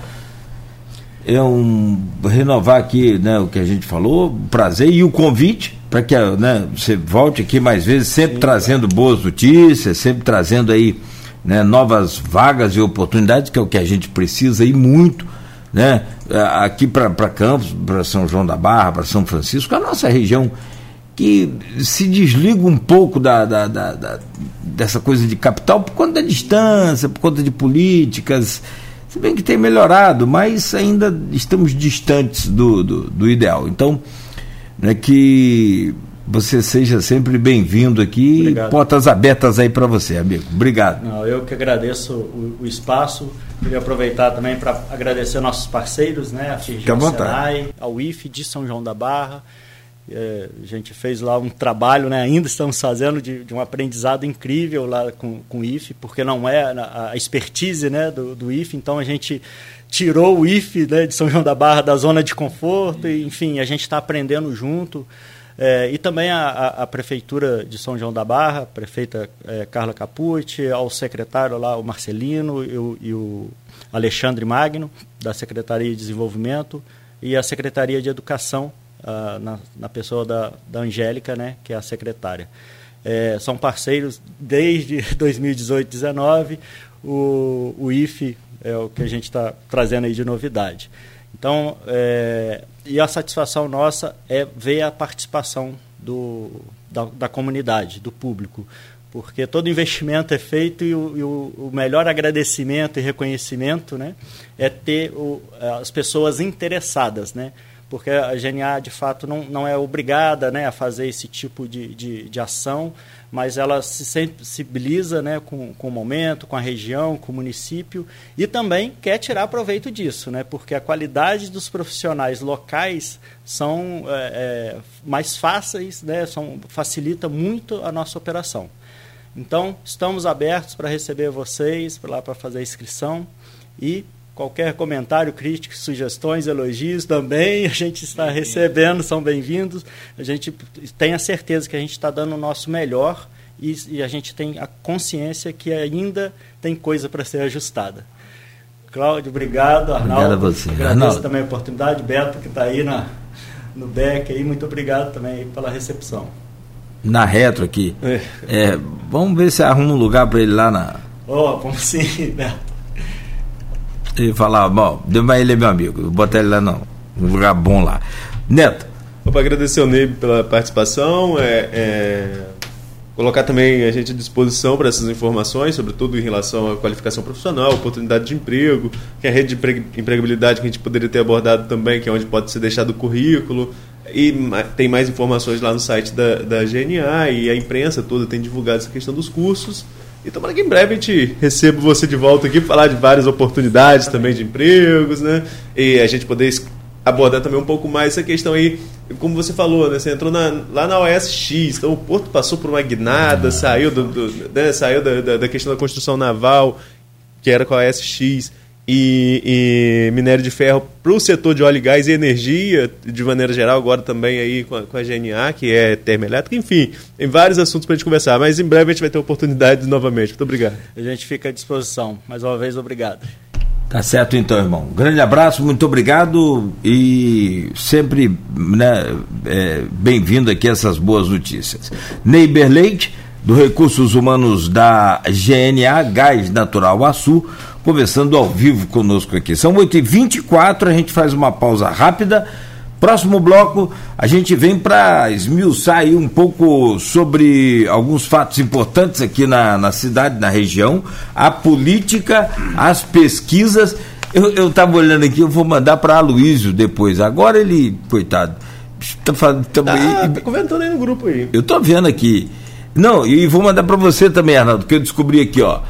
Renovar aqui, né, o que a gente falou, prazer e o convite para que, né, você volte aqui mais vezes, sempre trazendo boas notícias, sempre trazendo aí, né, novas vagas e oportunidades, que é o que a gente precisa e muito, né, aqui para Campos, para São João da Barra, para São Francisco, a nossa região que se desliga um pouco dessa coisa de capital por conta da distância, por conta de políticas. Se bem que tem melhorado, mas ainda estamos distantes do ideal. Então, né, que você seja sempre bem-vindo aqui. Obrigado. Portas abertas aí para você, amigo. Obrigado. Não, eu que agradeço o espaço. Queria aproveitar também para agradecer nossos parceiros, né? A Firjan Senai, ao IFE de São João da Barra. A gente fez lá um trabalho, né? Ainda estamos fazendo de um aprendizado incrível lá com o IFE, porque não é a expertise, né, do IFE, então a gente tirou o IFE, né, de São João da Barra da zona de conforto, e, enfim, a gente está aprendendo junto. E também a Prefeitura de São João da Barra, a prefeita Carla Capucci, ao secretário lá, o Marcelino e o Alexandre Magno, da Secretaria de Desenvolvimento, e a Secretaria de Educação, na pessoa da Angélica, né, que é a secretária. São parceiros desde 2018, 2019, o IFE é o que a gente está trazendo aí de novidade. Então, e a satisfação nossa é ver a participação da comunidade, do público, porque todo investimento é feito e o melhor agradecimento e reconhecimento, né, é ter as pessoas interessadas, né, porque a GNA, de fato, não é obrigada, né, a fazer esse tipo de ação, mas ela se sensibiliza, né, com o momento, com a região, com o município, e também quer tirar proveito disso, né, porque a qualidade dos profissionais locais são mais fáceis, né, facilita muito a nossa operação. Então, estamos abertos para receber vocês, para fazer a inscrição, e qualquer comentário, crítica, sugestões, elogios também a gente está recebendo, são bem-vindos. A gente tem a certeza que a gente está dando o nosso melhor e a gente tem a consciência que ainda tem coisa para ser ajustada. Cláudio, obrigado. Arnaldo, obrigado a você. Agradeço Arnaldo também a oportunidade. Beto, que está aí no BEC, aí, muito obrigado também pela recepção. Na retro aqui. Vamos ver se arruma um lugar para ele lá na... Vamos sim, Beto. E falar, bom, ele é meu amigo, vou botar ele lá num lugar bom lá. Neto. Para agradecer ao Ney pela participação, colocar também a gente à disposição para essas informações, sobretudo em relação à qualificação profissional, oportunidade de emprego, que é a rede de empregabilidade que a gente poderia ter abordado também, que é onde pode ser deixado o currículo, e tem mais informações lá no site da GNA, e a imprensa toda tem divulgado essa questão dos cursos. E tomara que em breve a gente receba você de volta aqui para falar de várias oportunidades também de empregos, né? E a gente poder abordar também um pouco mais essa questão aí, como você falou, né? Você entrou lá na OSX, então o Porto passou por uma guinada, saiu da questão da construção naval, que era com a OSX, e minério de ferro para o setor de óleo e gás e energia, de maneira geral, agora também aí com a GNA, que é termoelétrica, enfim, tem vários assuntos para a gente conversar, mas em breve a gente vai ter oportunidade novamente. Muito obrigado. A gente fica à disposição. Mais uma vez, obrigado. Tá certo então, irmão. Grande abraço, muito obrigado e sempre, né, bem-vindo aqui a essas boas notícias. Neiber Leite, do Recursos Humanos da GNA, Gás Natural Açu, conversando ao vivo conosco aqui. São 8h24, a gente faz uma pausa rápida. Próximo bloco, a gente vem para esmiuçar aí um pouco sobre alguns fatos importantes aqui na cidade, na região, a política, as pesquisas. Eu estava olhando aqui, eu vou mandar para Aloysio depois. Agora ele, coitado, está comentando aí no grupo aí. Eu estou vendo aqui. Não, e vou mandar para você também, Arnaldo, que eu descobri aqui, ó.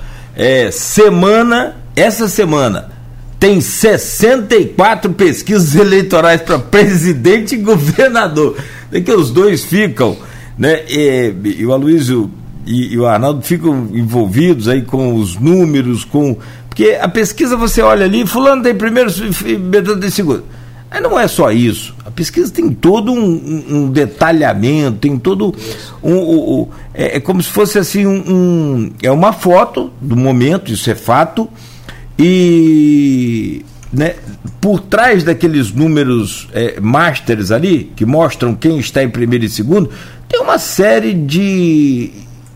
Essa semana tem 64 pesquisas eleitorais para presidente e governador. É que os dois ficam, né? E o Aloysio e o Arnaldo ficam envolvidos aí com os números, porque a pesquisa você olha ali, fulano tem primeiro e Beltrano tem segundo. Aí não é só isso. A pesquisa tem todo um detalhamento, tem todo é como se fosse assim é uma foto do momento, isso é fato, e, né, por trás daqueles números masters ali, que mostram quem está em primeiro e segundo, tem uma série de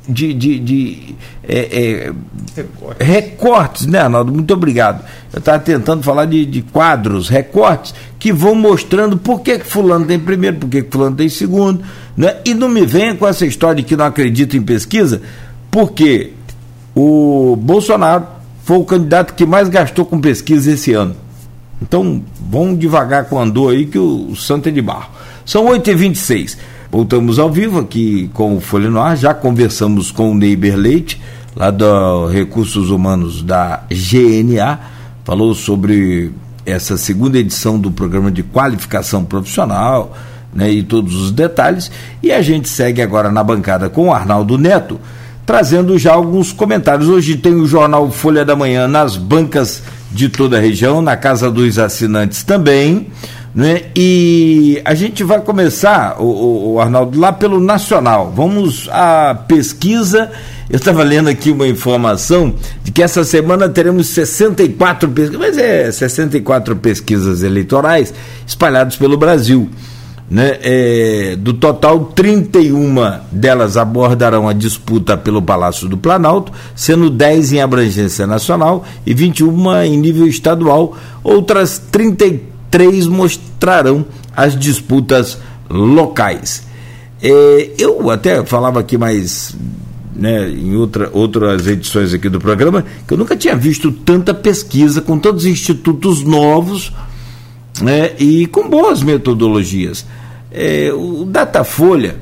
recortes, né, Arnaldo? Muito obrigado. Eu estava tentando falar de quadros, recortes, que vão mostrando por que fulano tem primeiro, por que fulano tem segundo, né? E não me venha com essa história de que não acredito em pesquisa, porque o Bolsonaro foi o candidato que mais gastou com pesquisa esse ano. Então, vamos devagar com o andor aí, que o santo é de barro. São 8h26. Voltamos ao vivo aqui com o Folha no Ar. Já conversamos com o Neiber Leite, lá do Recursos Humanos da GNA, falou sobre essa segunda edição do programa de qualificação profissional, né, e todos os detalhes. E a gente segue agora na bancada com o Arnaldo Neto, trazendo já alguns comentários. Hoje tem o jornal Folha da Manhã nas bancas de toda a região, na casa dos assinantes também, né? E a gente vai começar, o Arnaldo, lá pelo Nacional. Vamos à pesquisa. Eu estava lendo aqui uma informação de que essa semana teremos 64 pesquisas, mas 64 pesquisas eleitorais espalhadas pelo Brasil, né? Do total, 31 delas abordarão a disputa pelo Palácio do Planalto, sendo 10 em abrangência nacional e 21 em nível estadual. Outras 33 mostrarão as disputas locais. Eu até falava aqui mais, né, em outras edições aqui do programa, que eu nunca tinha visto tanta pesquisa com tantos institutos novos, né, e com boas metodologias. O Datafolha,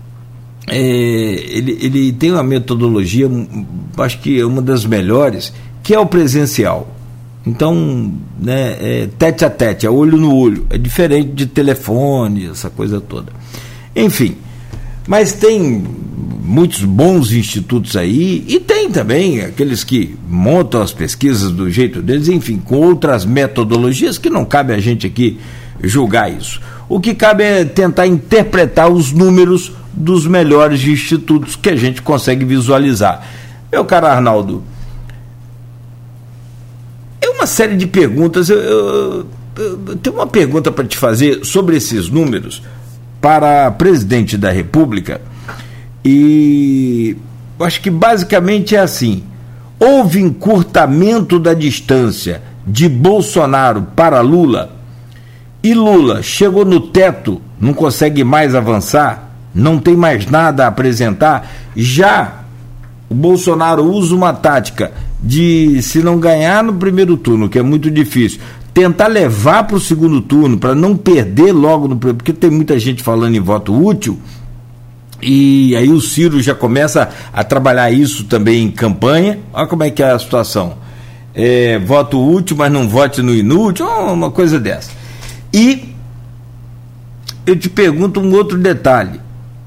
ele tem uma metodologia, acho que é uma das melhores, que é o presencial. Então, né, tete a tete, é olho no olho, é diferente de telefone, essa coisa toda. Enfim, mas tem muitos bons institutos aí, e tem também aqueles que montam as pesquisas do jeito deles, enfim, com outras metodologias que não cabe a gente aqui julgar isso. O que cabe é tentar interpretar os números dos melhores institutos que a gente consegue visualizar. Meu caro Arnaldo, é uma série de perguntas. Eu tenho uma pergunta para te fazer sobre esses números para presidente da República, e eu acho que basicamente é assim: houve encurtamento da distância de Bolsonaro para Lula, e Lula chegou no teto, não consegue mais avançar, não tem mais nada a apresentar. Já o Bolsonaro usa uma tática de, se não ganhar no primeiro turno, que é muito difícil, tentar levar para o segundo turno, para não perder logo no primeiro, porque tem muita gente falando em voto útil, e aí o Ciro já começa a trabalhar isso também em campanha. Olha como é que é a situação. Voto útil, mas não vote no inútil, uma coisa dessa. E eu te pergunto um outro detalhe: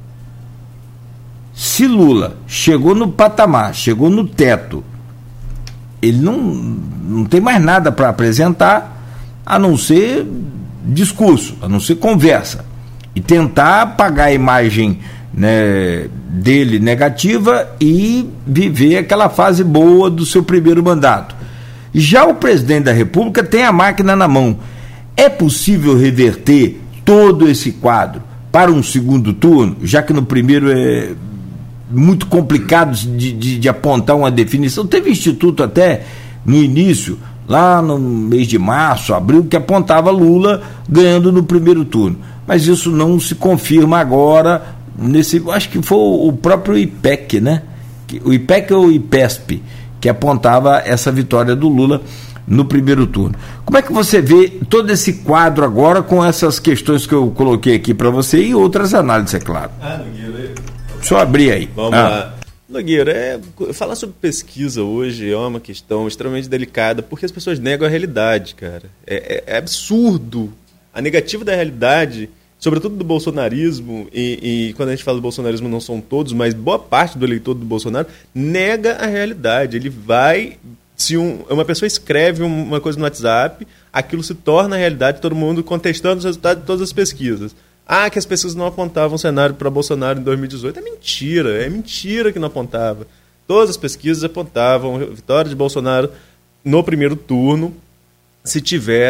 se Lula chegou no patamar, chegou no teto, ele não tem mais nada para apresentar a não ser discurso, a não ser conversa, e tentar apagar a imagem, né, dele negativa e viver aquela fase boa do seu primeiro mandato. Já o presidente da República tem a máquina na mão. É possível reverter todo esse quadro para um segundo turno, já que no primeiro é muito complicado de apontar uma definição? Teve instituto até no início, lá no mês de março, abril, que apontava Lula ganhando no primeiro turno, mas isso não se confirma agora. Acho que foi o próprio IPEC, né? O IPEC ou o IPESP, que apontava essa vitória do Lula no primeiro turno. Como é que você vê todo esse quadro agora, com essas questões que eu coloquei aqui para você e outras análises, é claro? Nogueira, só abrir aí. Vamos lá. Nogueira, falar sobre pesquisa hoje é uma questão extremamente delicada, porque as pessoas negam a realidade, cara. É absurdo a negativa da realidade, sobretudo do bolsonarismo, e quando a gente fala do bolsonarismo não são todos, mas boa parte do eleitor do Bolsonaro nega a realidade. Ele vai... Se uma pessoa escreve uma coisa no WhatsApp, aquilo se torna realidade, todo mundo contestando os resultados de todas as pesquisas. Que as pesquisas não apontavam cenário para Bolsonaro em 2018. É mentira que não apontava. Todas as pesquisas apontavam a vitória de Bolsonaro no primeiro turno, se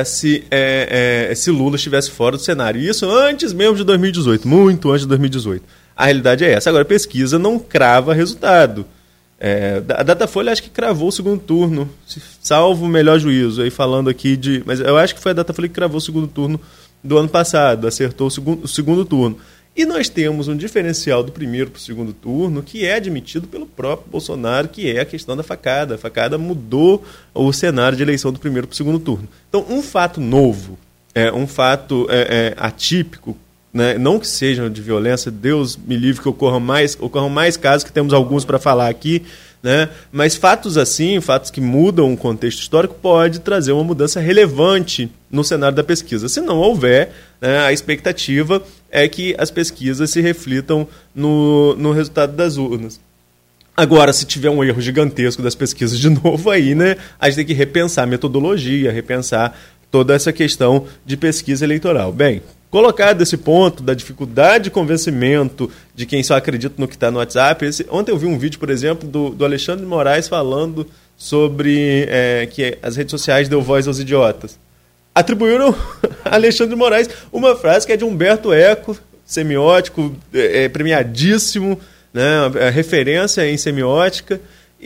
Lula estivesse fora do cenário. Isso antes mesmo de 2018, muito antes de 2018. A realidade é essa. Agora, a pesquisa não crava resultado. A Datafolha acho que cravou o segundo turno, salvo o melhor juízo, aí falando aqui mas eu acho que foi a Datafolha que cravou o segundo turno do ano passado, acertou o segundo turno. E nós temos um diferencial do primeiro para o segundo turno que é admitido pelo próprio Bolsonaro, que é a questão da facada. A facada mudou o cenário de eleição do primeiro para o segundo turno. Então, um fato novo, um fato atípico né, não que sejam de violência, Deus me livre que ocorram mais casos, que temos alguns para falar aqui, né, mas fatos assim, fatos que mudam o contexto histórico, pode trazer uma mudança relevante no cenário da pesquisa. Se não houver, né, a expectativa é que as pesquisas se reflitam no resultado das urnas. Agora, se tiver um erro gigantesco das pesquisas de novo, aí, né, a gente tem que repensar a metodologia, repensar toda essa questão de pesquisa eleitoral. Bem, colocado esse ponto da dificuldade de convencimento de quem só acredita no que está no WhatsApp, ontem eu vi um vídeo, por exemplo, do Alexandre de Moraes falando sobre que as redes sociais deu voz aos idiotas. Atribuíram a Alexandre de Moraes uma frase que é de Humberto Eco, semiótico, premiadíssimo, né, referência em semiótica,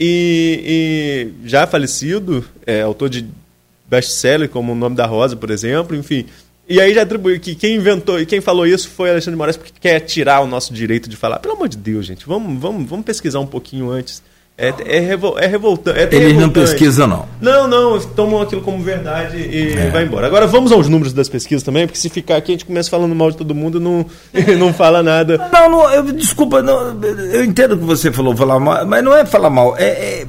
e já falecido, autor de best-seller como O Nome da Rosa, por exemplo, enfim. E aí já atribuiu que quem inventou e quem falou isso foi Alexandre de Moraes, porque quer tirar o nosso direito de falar. Pelo amor de Deus, gente, vamos pesquisar um pouquinho antes. É revoltante. Eles não pesquisam, não. Não, tomam aquilo como verdade e vai embora. Agora vamos aos números das pesquisas também, porque se ficar aqui a gente começa falando mal de todo mundo e não fala nada. Desculpa, eu entendo que você falou falar mal, mas não é falar mal, é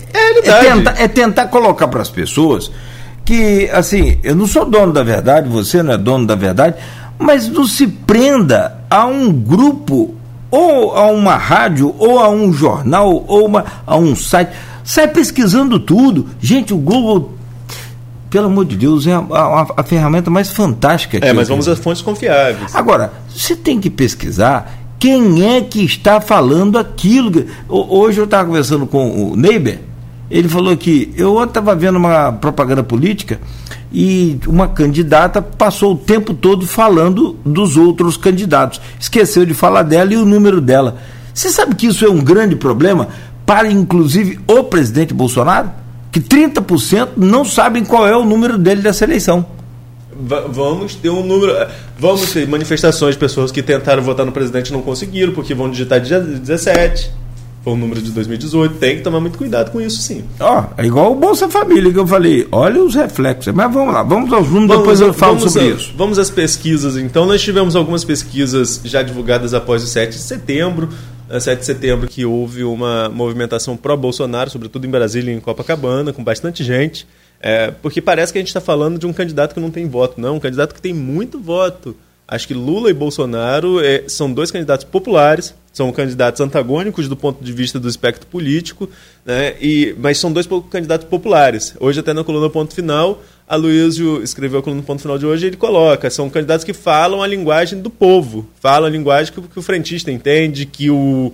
tentar colocar para as pessoas que, assim, eu não sou dono da verdade, você não é dono da verdade, mas não se prenda a um grupo, ou a uma rádio, ou a um jornal, ou a um site. Sai pesquisando tudo. Gente, o Google, pelo amor de Deus, é a ferramenta mais fantástica. Mas vamos às fontes confiáveis. Agora, você tem que pesquisar quem é que está falando aquilo. Hoje eu estava conversando com o Neiber, ele falou que eu estava vendo uma propaganda política e uma candidata passou o tempo todo falando dos outros candidatos, esqueceu de falar dela e o número dela. Você sabe que isso é um grande problema para, inclusive, o presidente Bolsonaro? Que 30% não sabem qual é o número dele dessa eleição. Vamos ter um número. Vamos ter manifestações de pessoas que tentaram votar no presidente e não conseguiram, porque vão digitar dia 17. Foi o número de 2018, tem que tomar muito cuidado com isso, sim. É igual o Bolsa Família que eu falei, olha os reflexos. Mas vamos lá, vamos aos números, depois eu falo sobre isso. Vamos às pesquisas, então. Nós tivemos algumas pesquisas já divulgadas após o 7 de setembro. 7 de setembro que houve uma movimentação pró-Bolsonaro, sobretudo em Brasília e em Copacabana, com bastante gente, porque parece que a gente está falando de um candidato que não tem voto. Não, um candidato que tem muito voto. Acho que Lula e Bolsonaro são dois candidatos populares, são candidatos antagônicos do ponto de vista do espectro político, né, mas são dois candidatos populares. Hoje, até na coluna Ponto Final, a Luísio escreveu a coluna Ponto Final de hoje, e ele coloca, são candidatos que falam a linguagem do povo, falam a linguagem que o frentista entende, que o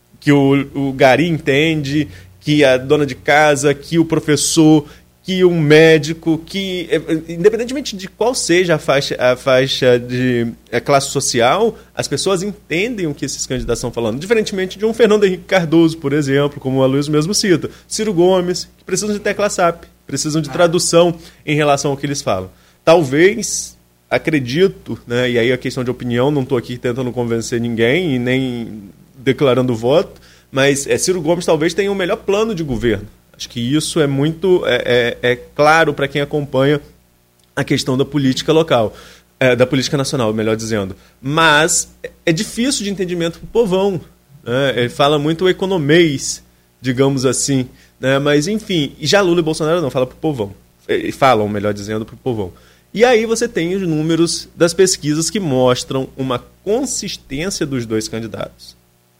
gari entende, que a dona de casa, que o professor, que um médico, que independentemente de qual seja a faixa de classe social, as pessoas entendem o que esses candidatos estão falando, diferentemente de um Fernando Henrique Cardoso, por exemplo, como a Luiz mesmo cita, Ciro Gomes, que precisam de tecla SAP, precisam de tradução em relação ao que eles falam. Talvez, acredito, né, e aí a questão de opinião, não estou aqui tentando convencer ninguém e nem declarando voto, mas Ciro Gomes talvez tenha o melhor plano de governo. Acho que isso é muito claro para quem acompanha a questão da política local, da política nacional, melhor dizendo. Mas é difícil de entendimento para o povão. Né? Ele fala muito o economês, digamos assim. Né? Mas, enfim, e já Lula e Bolsonaro não, fala para o povão. Falam, melhor dizendo, para o povão. E aí você tem os números das pesquisas que mostram uma consistência dos dois candidatos.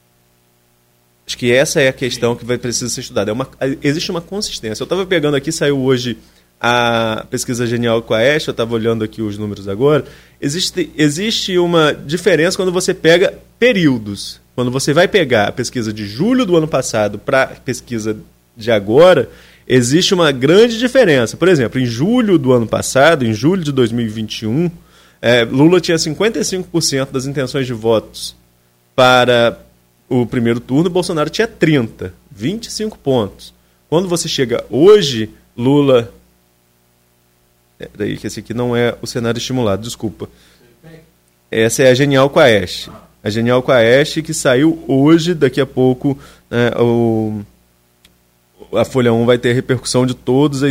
Acho que essa é a questão que precisa ser estudada. Existe uma consistência. Eu estava pegando aqui, saiu hoje a pesquisa Genial Quaest, eu estava olhando aqui os números agora. Existe uma diferença quando você pega períodos. Quando você vai pegar a pesquisa de julho do ano passado para a pesquisa de agora, existe uma grande diferença. Por exemplo, em julho do ano passado, em julho de 2021, Lula tinha 55% das intenções de votos para o primeiro turno, Bolsonaro tinha 30, 25 pontos. Quando você chega hoje, Lula... Peraí, que esse aqui não é o cenário estimulado, desculpa. Essa é a Genial Quaest. A Genial Quaest que saiu hoje, daqui a pouco, né, a Folha 1 vai ter repercussão de todos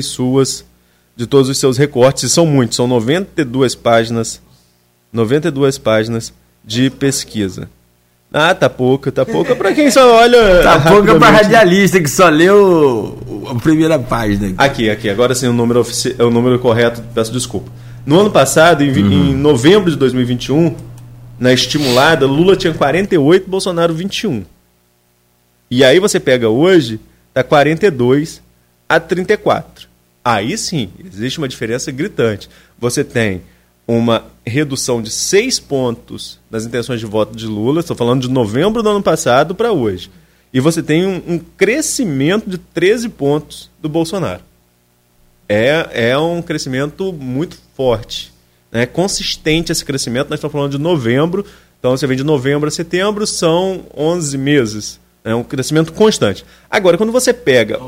os seus recortes, e são muitos, são 92 páginas, de pesquisa. Ah, tá pouca para quem só olha. Tá pouca para radialista que só leu a primeira página. Aqui, agora sim o número correto, peço desculpa. No ano passado, em novembro de 2021, na estimulada, Lula tinha 48, Bolsonaro 21. E aí você pega hoje, tá 42 a 34. Aí sim, existe uma diferença gritante. Você tem uma redução de 6 pontos nas intenções de voto de Lula, estou falando de novembro do ano passado para hoje. E você tem um crescimento de 13 pontos do Bolsonaro. É um crescimento muito forte, né? Consistente esse crescimento. Nós estamos falando de novembro, então você vem de novembro a setembro, são 11 meses. É um crescimento constante. Agora, quando você pega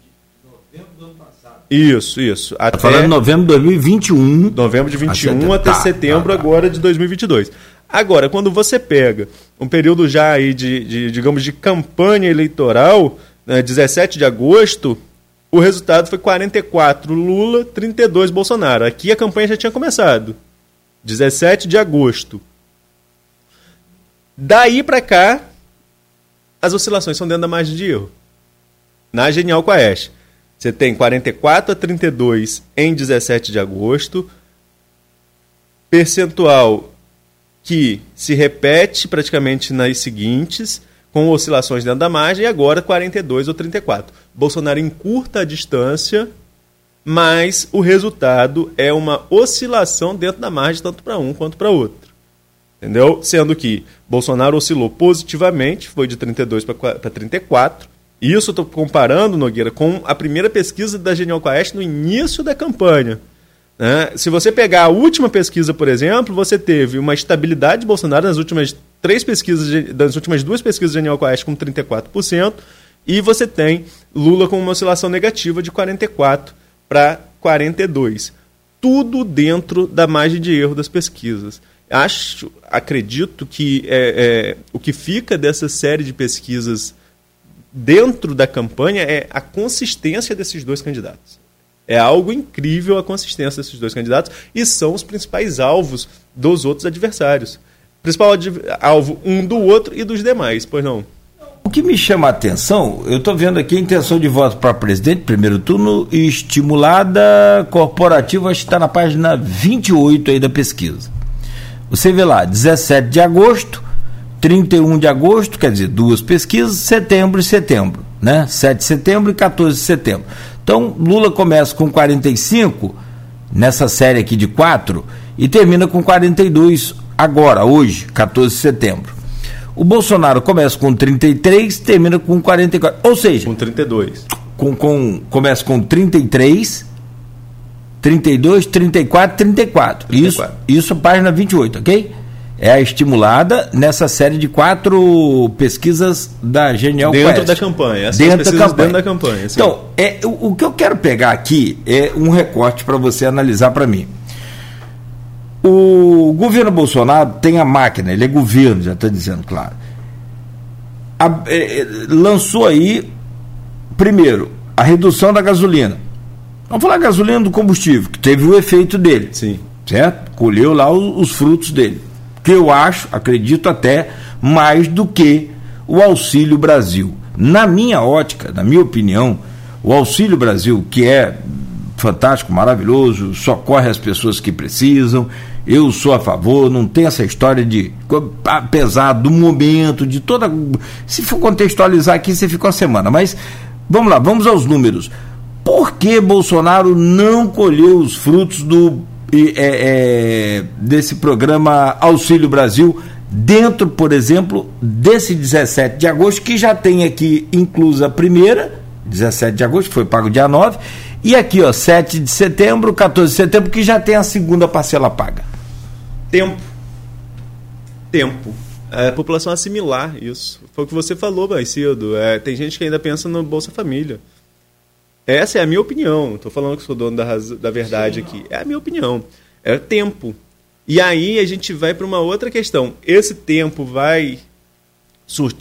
Isso. Está falando de novembro de 2021. Novembro de 21 até setembro agora de 2022. Agora, quando você pega um período já aí digamos, de campanha eleitoral, né, 17 de agosto, o resultado foi 44 Lula, 32 Bolsonaro. Aqui a campanha já tinha começado. 17 de agosto. Daí para cá, as oscilações são dentro da margem de erro. Na Genial Quaest. Você tem 44 a 32 em 17 de agosto, percentual que se repete praticamente nas seguintes, com oscilações dentro da margem, e agora 42 ou 34. Bolsonaro encurta a distância, mas o resultado é uma oscilação dentro da margem, tanto para um quanto para outro. Entendeu? Sendo que Bolsonaro oscilou positivamente, foi de 32 para 34. Isso eu estou comparando, Nogueira, com a primeira pesquisa da Genial Quaest no início da campanha. Né? Se você pegar a última pesquisa, por exemplo, você teve uma estabilidade de Bolsonaro nas últimas duas pesquisas da Genial Quaest com 34%, e você tem Lula com uma oscilação negativa de 44 para 42. Tudo dentro da margem de erro das pesquisas. Acredito que o que fica dessa série de pesquisas dentro da campanha é a consistência desses dois candidatos. É algo incrível a consistência desses dois candidatos e são os principais alvos dos outros adversários. Principal alvo um do outro e dos demais, pois não? O que me chama a atenção, eu estou vendo aqui a intenção de voto para presidente, primeiro turno, estimulada corporativa, acho que está na página 28 aí da pesquisa. Você vê lá, 17 de agosto, 31 de agosto, quer dizer, duas pesquisas, setembro e setembro, né? 7 de setembro e 14 de setembro. Então, Lula começa com 45, nessa série aqui de 4, e termina com 42 agora, hoje, 14 de setembro. O Bolsonaro começa com 33, termina com 44, ou seja... Com 32. Começa com 33, 32, 34, 34. Isso página 28, ok? É a estimulada nessa série de 4 pesquisas da Genial Quaest. Dentro da campanha. Dentro da campanha. Sim. Então, o que eu quero pegar aqui é um recorte para você analisar para mim. O governo Bolsonaro tem a máquina, ele é governo, já está dizendo, claro. Lançou aí, primeiro, a redução da gasolina. Vamos falar gasolina do combustível, que teve o efeito dele. Sim. Certo? Colheu lá os frutos dele. Que eu acredito até, mais do que o Auxílio Brasil. Na minha ótica, na minha opinião, o Auxílio Brasil, que é fantástico, maravilhoso, socorre as pessoas que precisam, eu sou a favor, não tem essa história de, apesar do momento, de toda... Se for contextualizar aqui, você fica uma semana, mas vamos lá, vamos aos números. Por que Bolsonaro não colheu os frutos desse programa Auxílio Brasil dentro, por exemplo, desse 17 de agosto, que já tem aqui inclusa a primeira, 17 de agosto, que foi pago dia 9, e aqui, 7 de setembro, 14 de setembro, que já tem a segunda parcela paga? Tempo. A população assimilar isso. Foi o que você falou mais cedo. Tem gente que ainda pensa no Bolsa Família. Essa é a minha opinião. Estou falando que sou dono da verdade aqui. É a minha opinião. É tempo. E aí a gente vai para uma outra questão. Esse tempo vai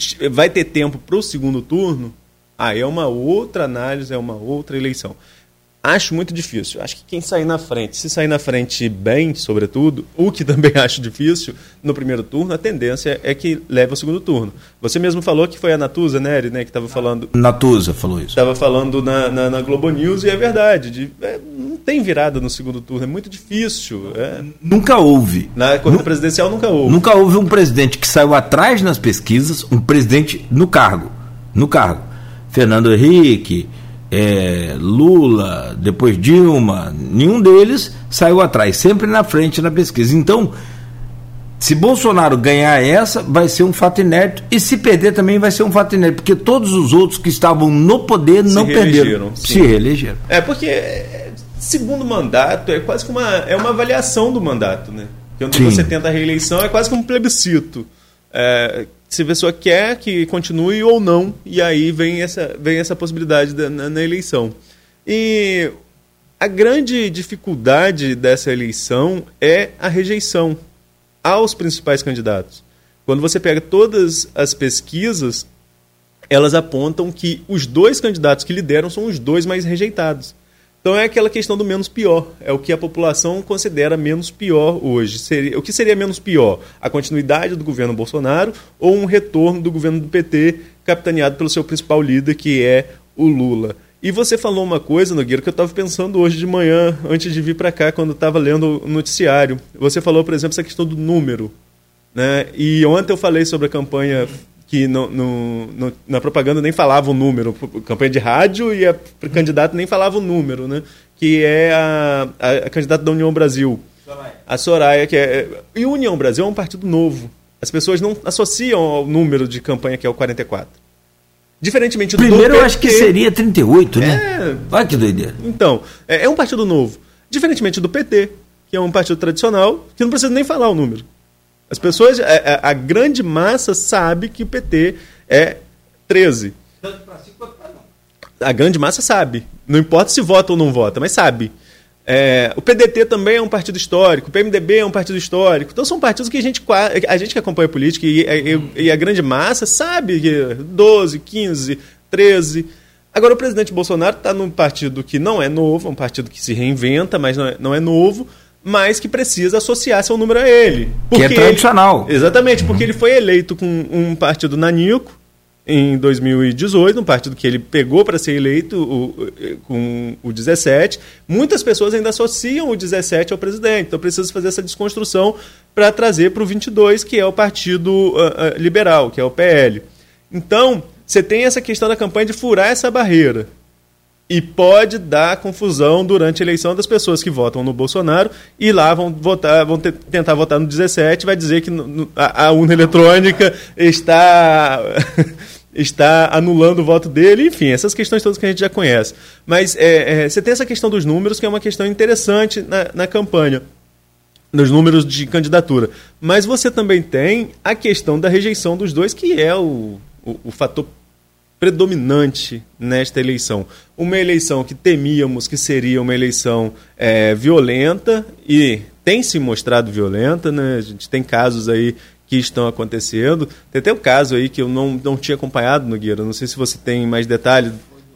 ter tempo para o segundo turno? É uma outra análise, é uma outra eleição. Acho muito difícil. Acho que quem sair na frente, se sair na frente bem, sobretudo, o que também acho difícil, no primeiro turno, a tendência é que leve ao segundo turno. Você mesmo falou que foi a Natuza, né, que estava falando... Natuza falou isso. Estava falando na Globo News, e é verdade. Não tem virada no segundo turno, é muito difícil. Nunca houve. Na corrida presidencial nunca houve. Nunca houve um presidente que saiu atrás nas pesquisas, um presidente no cargo. Fernando Henrique... Lula, depois Dilma, nenhum deles saiu atrás, sempre na frente na pesquisa. Então, se Bolsonaro ganhar essa, vai ser um fato inédito, e se perder também vai ser um fato inédito, porque todos os outros que estavam no poder não perderam, se reelegeram. Porque segundo mandato é quase que uma avaliação do mandato, né? Quando você tenta a reeleição é quase que um plebiscito. Se a pessoa quer que continue ou não, e aí vem essa possibilidade na eleição. E a grande dificuldade dessa eleição é a rejeição aos principais candidatos. Quando você pega todas as pesquisas, elas apontam que os 2 candidatos que lideram são os 2 mais rejeitados. Então é aquela questão do menos pior, é o que a população considera menos pior hoje. O que seria menos pior? A continuidade do governo Bolsonaro ou um retorno do governo do PT, capitaneado pelo seu principal líder, que é o Lula. E você falou uma coisa, Nogueira, que eu estava pensando hoje de manhã, antes de vir para cá, quando eu estava lendo o noticiário. Você falou, por exemplo, essa questão do número, né? E ontem eu falei sobre a campanha... que na propaganda nem falava o número, campanha de rádio, e a candidata nem falava o número, né? Que é a candidata da União Brasil, a Soraya, e o União Brasil é um partido novo. As pessoas não associam ao número de campanha, que é o 44. Diferentemente do Primeiro PT, eu acho que seria 38, né? Olha que doideira. Então, é um partido novo. Diferentemente do PT, que é um partido tradicional, que não precisa nem falar o número. As pessoas, a grande massa sabe que o PT é 13. A grande massa sabe. Não importa se vota ou não vota, mas sabe. O PDT também é um partido histórico, o PMDB é um partido histórico. Então são partidos que a gente que acompanha a política e a grande massa sabe que 12, 15, 13... Agora o presidente Bolsonaro está num partido que não é novo, é um partido que se reinventa, mas não é novo, mas que precisa associar seu número a ele. Que é tradicional. Exatamente, porque ele foi eleito com um partido nanico em 2018, um partido que ele pegou para ser eleito com o 17. Muitas pessoas ainda associam o 17 ao presidente, então precisa fazer essa desconstrução para trazer para o 22, que é o Partido Liberal, que é o PL. Então, você tem essa questão da campanha de furar essa barreira. E pode dar confusão durante a eleição das pessoas que votam no Bolsonaro e lá vão tentar votar no 17, vai dizer que a urna eletrônica está anulando o voto dele, enfim, essas questões todas que a gente já conhece. Mas você tem essa questão dos números, que é uma questão interessante na campanha, nos números de candidatura. Mas você também tem a questão da rejeição dos 2, que é o fator predominante nesta eleição. Uma eleição que temíamos que seria uma eleição violenta, e tem se mostrado violenta, né? A gente tem casos aí que estão acontecendo. Tem até um caso aí que eu não tinha acompanhado, Nogueira, não sei se você tem mais detalhes.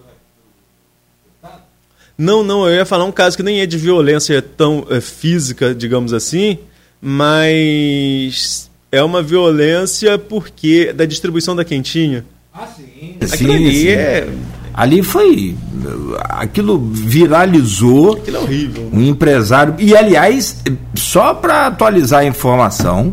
Não, eu ia falar um caso que nem é de violência tão física, digamos assim, mas é uma violência porque da distribuição da quentinha. Sim. Ali foi... Aquilo viralizou. Aquilo é horrível. Um empresário... E, aliás, só para atualizar a informação,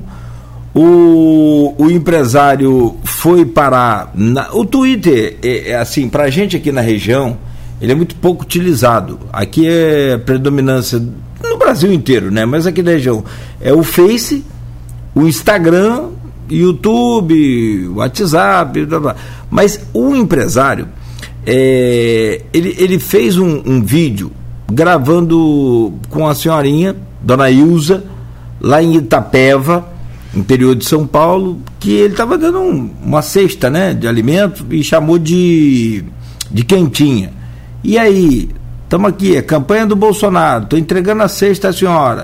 o empresário foi parar... O Twitter, assim, para a gente aqui na região, ele é muito pouco utilizado. Aqui é predominância no Brasil inteiro, né? Mas aqui na região é o Face, o Instagram, YouTube, WhatsApp, blá, blá. Mas o empresário, ele fez um vídeo gravando com a senhorinha, dona Ilza, lá em Itapeva, interior de São Paulo, que ele estava dando uma cesta, né, de alimento e chamou de quentinha. E aí, estamos aqui, é campanha do Bolsonaro, estou entregando a cesta à senhora.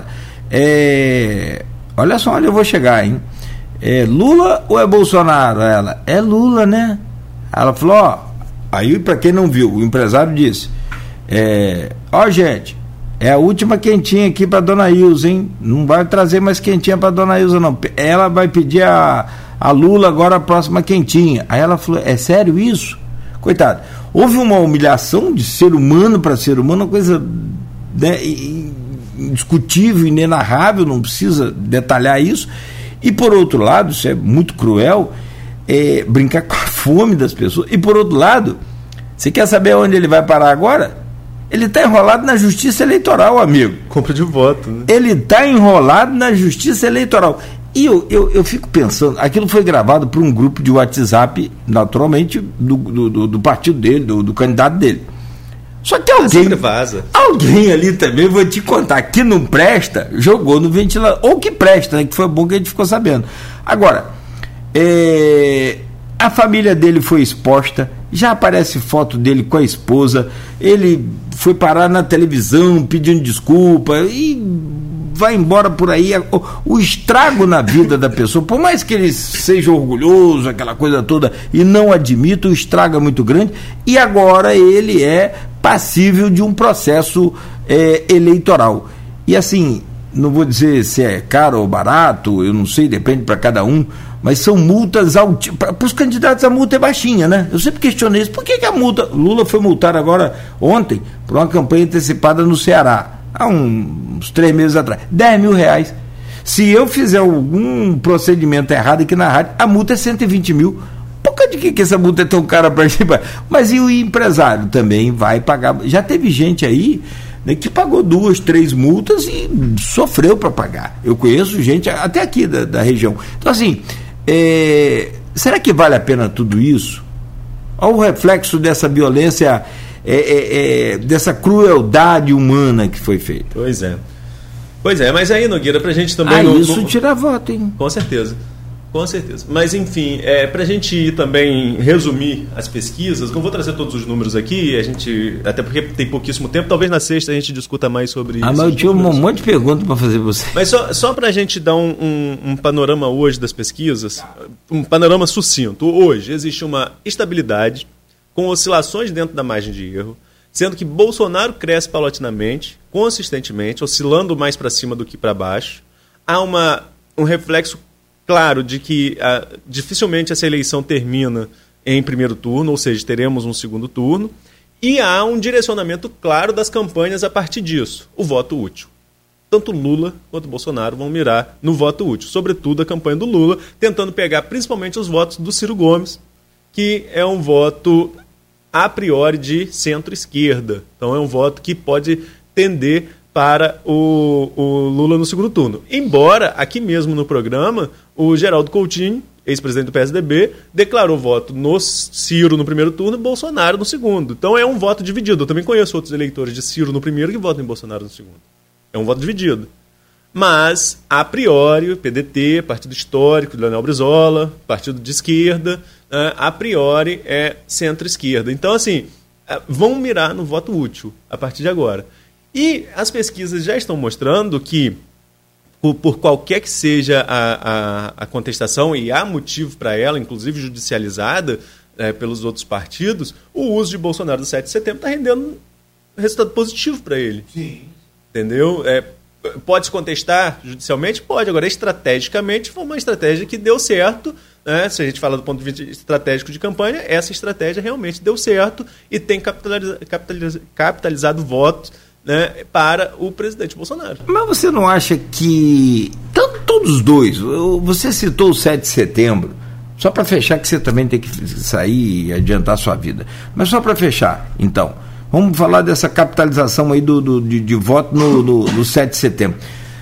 Olha só onde eu vou chegar, hein? É Lula ou é Bolsonaro? Ela, é Lula, né? Ela falou, aí para quem não viu, o empresário disse, Gente, é a última quentinha aqui para dona Ilza, hein? Não vai trazer mais quentinha para dona Ilza, não. Ela vai pedir a Lula agora a próxima quentinha. Aí ela falou, é sério isso? Coitado, houve uma humilhação de ser humano para ser humano, uma coisa, né, indiscutível, inenarrável, não precisa detalhar isso. E por outro lado, isso é muito cruel, brincar com a fome das pessoas. E por outro lado, você quer saber onde ele vai parar agora? Ele está enrolado na justiça eleitoral, amigo. Compra de voto, né? Ele está enrolado na justiça eleitoral. E eu fico pensando, aquilo foi gravado por um grupo de WhatsApp, naturalmente, do partido dele, do candidato dele. Só que alguém ali também, vou te contar, que não presta, jogou no ventilador. Ou que presta, né? Que foi bom que a gente ficou sabendo. Agora, a família dele foi exposta, já aparece foto dele com a esposa, ele foi parar na televisão pedindo desculpa e vai embora por aí. O estrago na vida da pessoa, por mais que ele seja orgulhoso, aquela coisa toda, e não admita, o estrago é muito grande, e agora ele é passível de um processo eleitoral. E assim, não vou dizer se é caro ou barato, eu não sei, depende para cada um, mas são multas para os candidatos. A multa é baixinha, né? Eu sempre questionei isso. Por que a multa? Lula foi multado agora ontem por uma campanha antecipada no Ceará, há uns 3 meses atrás, R$10 mil. Se eu fizer algum procedimento errado aqui na rádio, a multa é 120 mil. Por causa de que essa multa é tão cara para gente? Mas e o empresário também vai pagar? Já teve gente aí, né, que pagou 2, 3 multas e sofreu para pagar. Eu conheço gente até aqui da região. Então assim, será que vale a pena tudo isso? Olha o reflexo dessa violência, dessa crueldade humana que foi feita. Pois é, mas aí, Nogueira, pra gente também... isso tira voto, hein? Com certeza. Mas, enfim, pra gente ir também resumir as pesquisas, não vou trazer todos os números aqui, até porque tem pouquíssimo tempo, talvez na sexta a gente discuta mais sobre isso. Mas eu tinha um monte de perguntas para fazer você. Mas só para a gente dar um panorama hoje das pesquisas, um panorama sucinto. Hoje existe uma estabilidade com oscilações dentro da margem de erro, sendo que Bolsonaro cresce paulatinamente, consistentemente, oscilando mais para cima do que para baixo. Há um reflexo claro de que dificilmente essa eleição termina em primeiro turno, ou seja, teremos um segundo turno, e há um direcionamento claro das campanhas a partir disso, o voto útil. Tanto Lula quanto Bolsonaro vão mirar no voto útil, sobretudo a campanha do Lula, tentando pegar principalmente os votos do Ciro Gomes, que é um voto a priori de centro-esquerda. Então é um voto que pode tender para o Lula no segundo turno. Embora, aqui mesmo no programa, o Geraldo Coutinho, ex-presidente do PSDB, declarou voto no Ciro no primeiro turno e Bolsonaro no segundo. Então é um voto dividido. Eu também conheço outros eleitores de Ciro no primeiro que votam em Bolsonaro no segundo. É um voto dividido. Mas, a priori, o PDT, partido histórico de Leonel Brizola, partido de esquerda, a priori é centro-esquerda. Então, assim, vão mirar no voto útil a partir de agora. E as pesquisas já estão mostrando que, por qualquer que seja a contestação, e há motivo para ela, inclusive judicializada pelos outros partidos, o uso de Bolsonaro do 7 de setembro está rendendo resultado positivo para ele. Sim. Entendeu? Pode se contestar judicialmente? Pode. Agora, estrategicamente, foi uma estratégia que deu certo. Né? Se a gente fala do ponto de vista estratégico de campanha, essa estratégia realmente deu certo e tem capitalizado votos, né, para o presidente Bolsonaro. Mas você não acha que todos os dois, você citou o 7 de setembro, só para fechar, que você também tem que sair e adiantar a sua vida, mas só para fechar, então, vamos falar dessa capitalização aí de voto no 7 de setembro.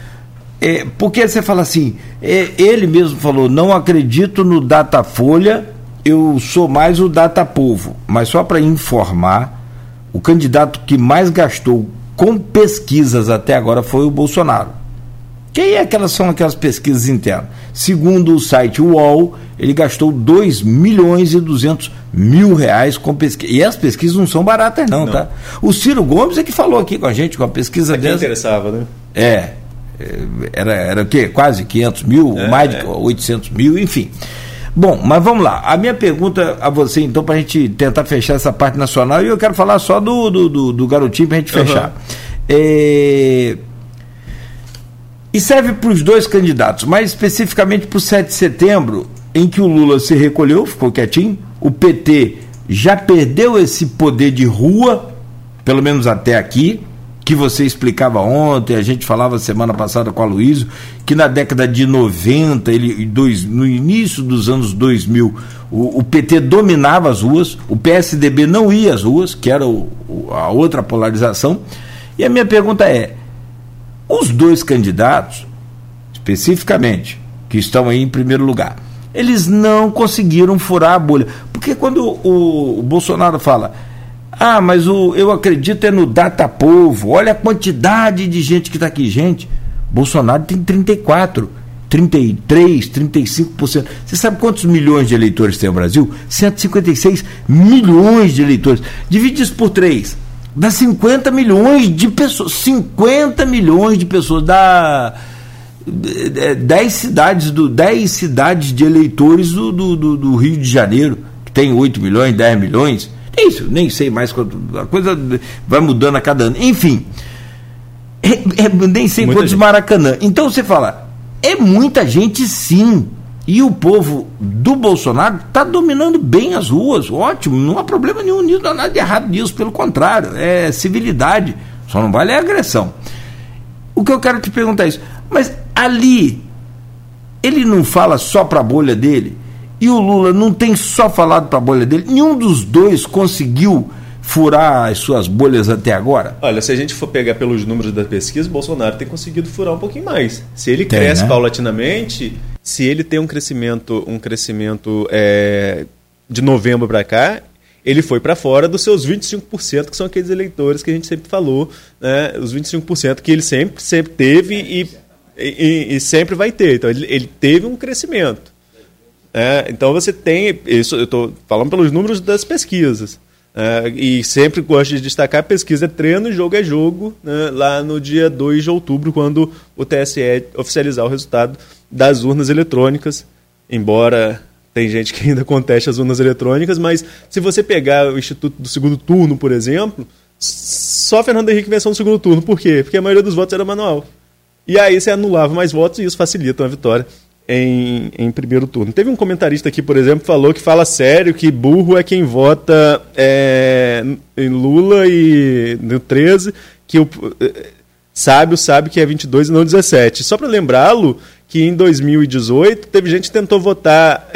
Porque você fala assim, ele mesmo falou, não acredito no Datafolha, eu sou mais o Datapovo, mas só para informar, o candidato que mais gastou com pesquisas até agora foi o Bolsonaro. São aquelas pesquisas internas. Segundo o site UOL, ele gastou R$2.200.000 com pesquisa. E as pesquisas não são baratas não, tá? O Ciro Gomes é que falou aqui com a gente, com a pesquisa dessa. Interessava, né? Era o quê? Quase 500 mil, mais de 800 mil, enfim. Bom, mas vamos lá. A minha pergunta a você, então, para a gente tentar fechar essa parte nacional, e eu quero falar só do garotinho para a gente fechar. E serve para os dois candidatos, mais especificamente para o 7 de setembro, em que o Lula se recolheu, ficou quietinho, o PT já perdeu esse poder de rua, pelo menos até aqui, que você explicava ontem, a gente falava semana passada com a Aloysio, que na década de 90, no início dos anos 2000, o PT dominava as ruas, o PSDB não ia às ruas, que era a outra polarização. E a minha pergunta é, os dois candidatos, especificamente, que estão aí em primeiro lugar, eles não conseguiram furar a bolha. Porque quando o Bolsonaro fala, mas eu acredito no Datapovo, olha a quantidade de gente que está aqui. Gente, Bolsonaro tem 34%, 33%, 35%. Você sabe quantos milhões de eleitores tem o Brasil? 156 milhões de eleitores. Divide isso por 3. Dá 50 milhões de pessoas. 50 milhões de pessoas. Dá 10 cidades de eleitores do Rio de Janeiro, que tem 8 milhões, 10 milhões. Isso, nem sei mais quanto. A coisa vai mudando a cada ano. Enfim, nem sei quantos Maracanã. Então você fala, é muita gente sim. E o povo do Bolsonaro está dominando bem as ruas, ótimo, não há problema nenhum nisso, não há nada de errado nisso, pelo contrário, é civilidade, só não vale a agressão. O que eu quero te perguntar é isso, mas ali, ele não fala só para a bolha dele, e o Lula não tem só falado para a bolha dele, nenhum dos dois conseguiu furar as suas bolhas até agora? Olha, se a gente for pegar pelos números da pesquisa, o Bolsonaro tem conseguido furar um pouquinho mais. Se ele cresce paulatinamente, se ele tem um crescimento de novembro para cá, ele foi para fora dos seus 25%, que são aqueles eleitores que a gente sempre falou, né? Os 25% que ele sempre teve e sempre vai ter. Então, ele teve um crescimento. Então, você tem... Isso, eu estou falando pelos números das pesquisas. E sempre gosto de destacar, pesquisa é treino, jogo é jogo, né? Lá no dia 2 de outubro, quando o TSE oficializar o resultado das urnas eletrônicas, embora tem gente que ainda conteste as urnas eletrônicas, mas se você pegar o Instituto do Segundo Turno, por exemplo, só Fernando Henrique venceu no segundo turno. Por quê? Porque a maioria dos votos era manual. E aí você anulava mais votos e isso facilita uma vitória em primeiro turno. Teve um comentarista aqui, por exemplo, que fala sério que burro é quem vota em Lula e no 13, que o sábio sabe que é 22 e não 17. Só para lembrá-lo que em 2018 teve gente que tentou votar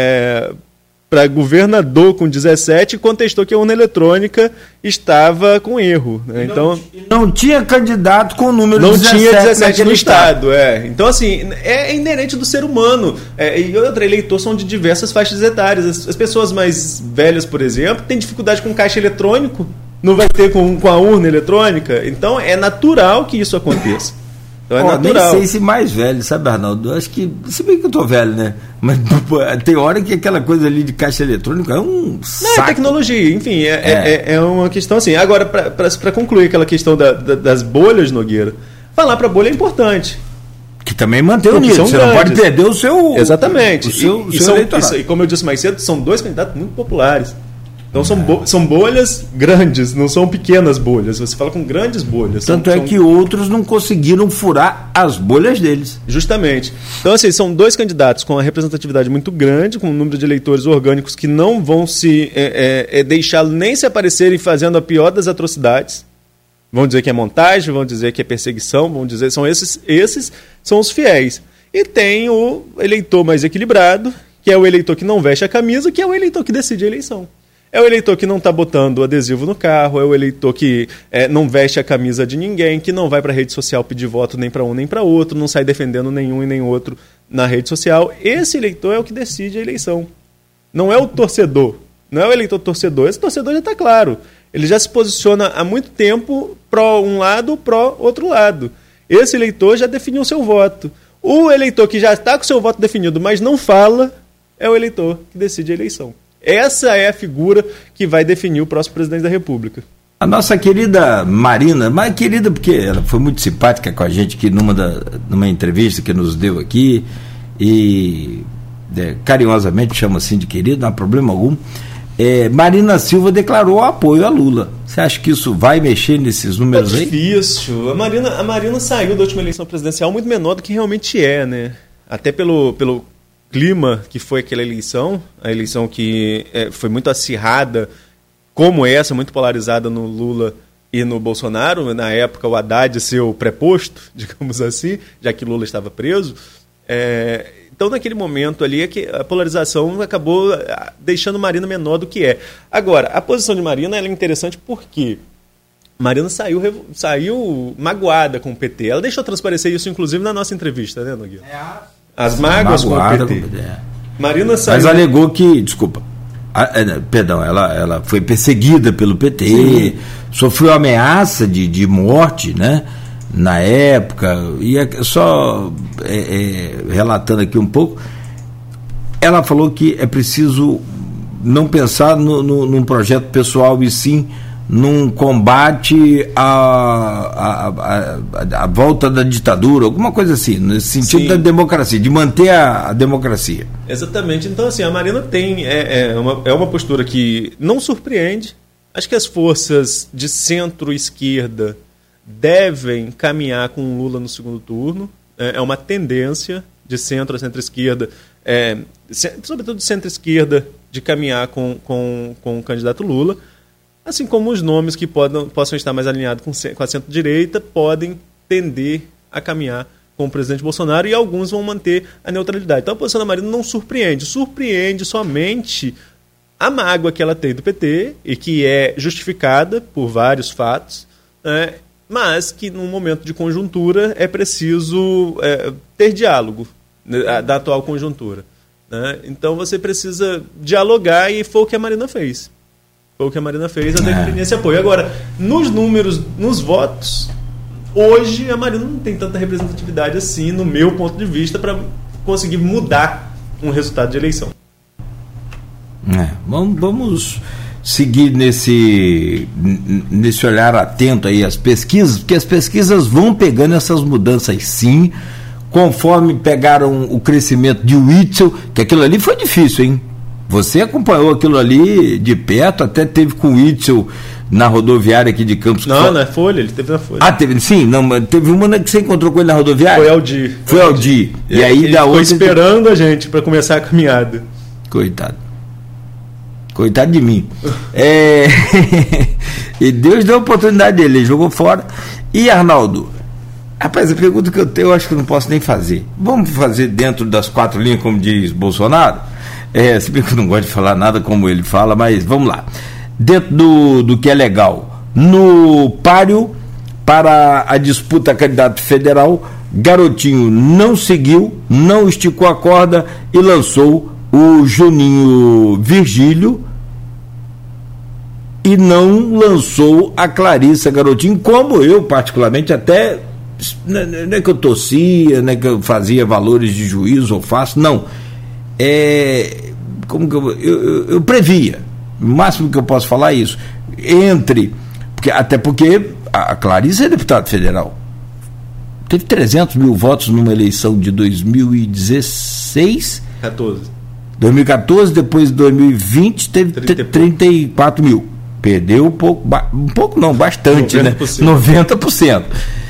para governador com 17 e contestou que a urna eletrônica estava com erro. Né? Então, não tinha candidato com o número não 17. Não tinha 17 no estado. Então, assim, é inerente do ser humano. E outro eleitor são de diversas faixas etárias. As pessoas mais velhas, por exemplo, têm dificuldade com caixa eletrônico, não vai ter com a urna eletrônica. Então, é natural que isso aconteça. Então é natural. Nem sei se mais velho, sabe, Arnaldo? Eu acho que, se bem que eu tô velho, né? Mas tem hora que aquela coisa ali de caixa eletrônica é um saco. É tecnologia, enfim, é uma questão assim. Agora, para concluir aquela questão das bolhas, Nogueira, falar para a bolha é importante. Que também mantém o nível, você não pode perder o seu... Exatamente. O seu eleitorado. E como eu disse mais cedo, são dois candidatos muito populares. Então são bolhas grandes, não são pequenas bolhas. Você fala com grandes bolhas. Tanto é que outros não conseguiram furar as bolhas deles. Justamente. Então, assim, são dois candidatos com uma representatividade muito grande, com um número de eleitores orgânicos que não vão se deixar nem se aparecerem fazendo a pior das atrocidades. Vão dizer que é montagem, vão dizer que é perseguição, vão dizer... Esses são os fiéis. E tem o eleitor mais equilibrado, que é o eleitor que não veste a camisa, que é o eleitor que decide a eleição. É o eleitor que não está botando o adesivo no carro, é o eleitor que não veste a camisa de ninguém, que não vai para a rede social pedir voto nem para um nem para outro, não sai defendendo nenhum e nem outro na rede social. Esse eleitor é o que decide a eleição. Não é o torcedor, não é o eleitor torcedor. Esse torcedor já está claro. Ele já se posiciona há muito tempo pró um lado, pró outro lado. Esse eleitor já definiu o seu voto. O eleitor que já está com o seu voto definido, mas não fala, é o eleitor que decide a eleição. Essa é a figura que vai definir o próximo presidente da República. A nossa querida Marina, mais querida porque ela foi muito simpática com a gente aqui numa entrevista que nos deu aqui, e carinhosamente chama assim de querido, não há problema algum, Marina Silva declarou apoio a Lula. Você acha que isso vai mexer nesses números aí? Difícil. A Marina saiu da última eleição presidencial muito menor do que realmente né? Até pelo clima que foi aquela eleição, a eleição que foi muito acirrada, como essa, muito polarizada no Lula e no Bolsonaro, na época o Haddad seu preposto, digamos assim, já que Lula estava preso. Então, naquele momento ali, é que a polarização acabou deixando Marina menor do que é. Agora, a posição de Marina ela é interessante porque Marina saiu magoada com o PT. Ela deixou transparecer isso, inclusive, na nossa entrevista, né, Nogueira? As mágoas com o PT. Marina saiu... Mas alegou que... Desculpa. Ela foi perseguida pelo PT, sim, sofreu ameaça de morte, né? Na época, e só relatando aqui um pouco, ela falou que é preciso não pensar num projeto pessoal e sim num combate à volta da ditadura, alguma coisa assim, nesse sentido, sim, da democracia, de manter a democracia. Exatamente. Então, assim, a Marina tem uma postura que não surpreende. Acho que as forças de centro-esquerda devem caminhar com o Lula no segundo turno. É uma tendência de centro a centro-esquerda, sobretudo de centro-esquerda, de caminhar com o candidato Lula, assim como os nomes que possam estar mais alinhados com a centro-direita podem tender a caminhar com o presidente Bolsonaro, e alguns vão manter a neutralidade. Então a posição da Marina não surpreende somente a mágoa que ela tem do PT, e que é justificada por vários fatos, mas que num momento de conjuntura é preciso ter diálogo da atual conjuntura. Então você precisa dialogar, e foi o que a Marina fez. Foi o que a Marina fez, até que tem esse apoio. Agora, nos números, nos votos, hoje a Marina não tem tanta representatividade assim, no meu ponto de vista, para conseguir mudar um resultado de eleição. Vamos seguir nesse olhar atento aí às pesquisas, porque as pesquisas vão pegando essas mudanças sim, conforme pegaram o crescimento de Witzel, que aquilo ali foi difícil, hein? Você acompanhou aquilo ali de perto, até teve com o Witzel na rodoviária aqui de Campos. Não, na Folha, ele teve na Folha. Teve, sim, teve uma que você encontrou com ele na rodoviária? Foi ao Di. E aí ele ficou esperando a gente para começar a caminhada. Coitado de mim. E Deus deu a oportunidade dele, ele jogou fora. E Arnaldo, rapaz, a pergunta que eu tenho, eu acho que eu não posso nem fazer. Vamos fazer dentro das 4 linhas, como diz Bolsonaro? Se bem que eu não gosto de falar nada como ele fala, mas vamos lá. Dentro do que é legal, no páreo para a disputa a candidato federal, Garotinho não seguiu, não esticou a corda e lançou o Juninho Virgílio, e não lançou a Clarissa Garotinho, como eu particularmente até, não é que eu torcia, não é que eu fazia valores de juízo ou faço, não. Como que eu previa, o máximo que eu posso falar é isso, até porque a Clarissa é deputada federal, teve 300 mil votos numa eleição de 2016, 2014, depois de 2020 teve 34 mil, perdeu bastante, 90%. Né? 90%.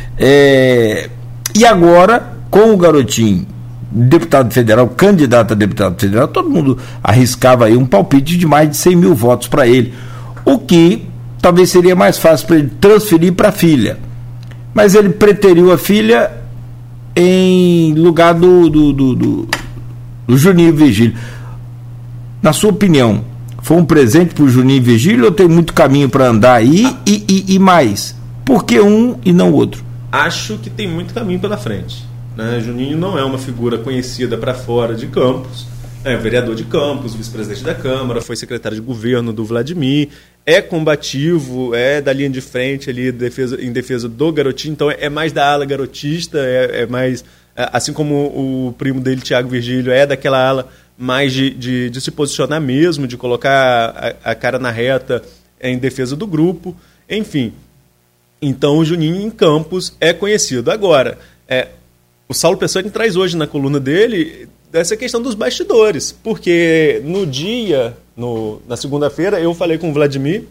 E agora, com o Garotinho, deputado federal, candidato a deputado federal, todo mundo arriscava aí um palpite de mais de 100 mil votos para ele, o que talvez seria mais fácil para ele transferir para a filha, mas ele preteriu a filha em lugar do Juninho Virgílio. Na sua opinião, foi um presente para o Juninho Virgílio ou tem muito caminho para andar aí e mais? Por que um e não o outro? Acho que tem muito caminho pela frente. Juninho não é uma figura conhecida para fora de Campos, é vereador de Campos, vice-presidente da Câmara, foi secretário de governo do Vladimir, é combativo, é da linha de frente ali em defesa do Garotinho, então é mais da ala garotista, é mais, assim como o primo dele, Thiago Virgílio, é daquela ala mais de se posicionar mesmo, de colocar a cara na reta em defesa do grupo, enfim. Então o Juninho em Campos é conhecido. Agora, o Saulo Pessoa traz hoje na coluna dele dessa questão dos bastidores, porque na segunda-feira, eu falei com o Vladimir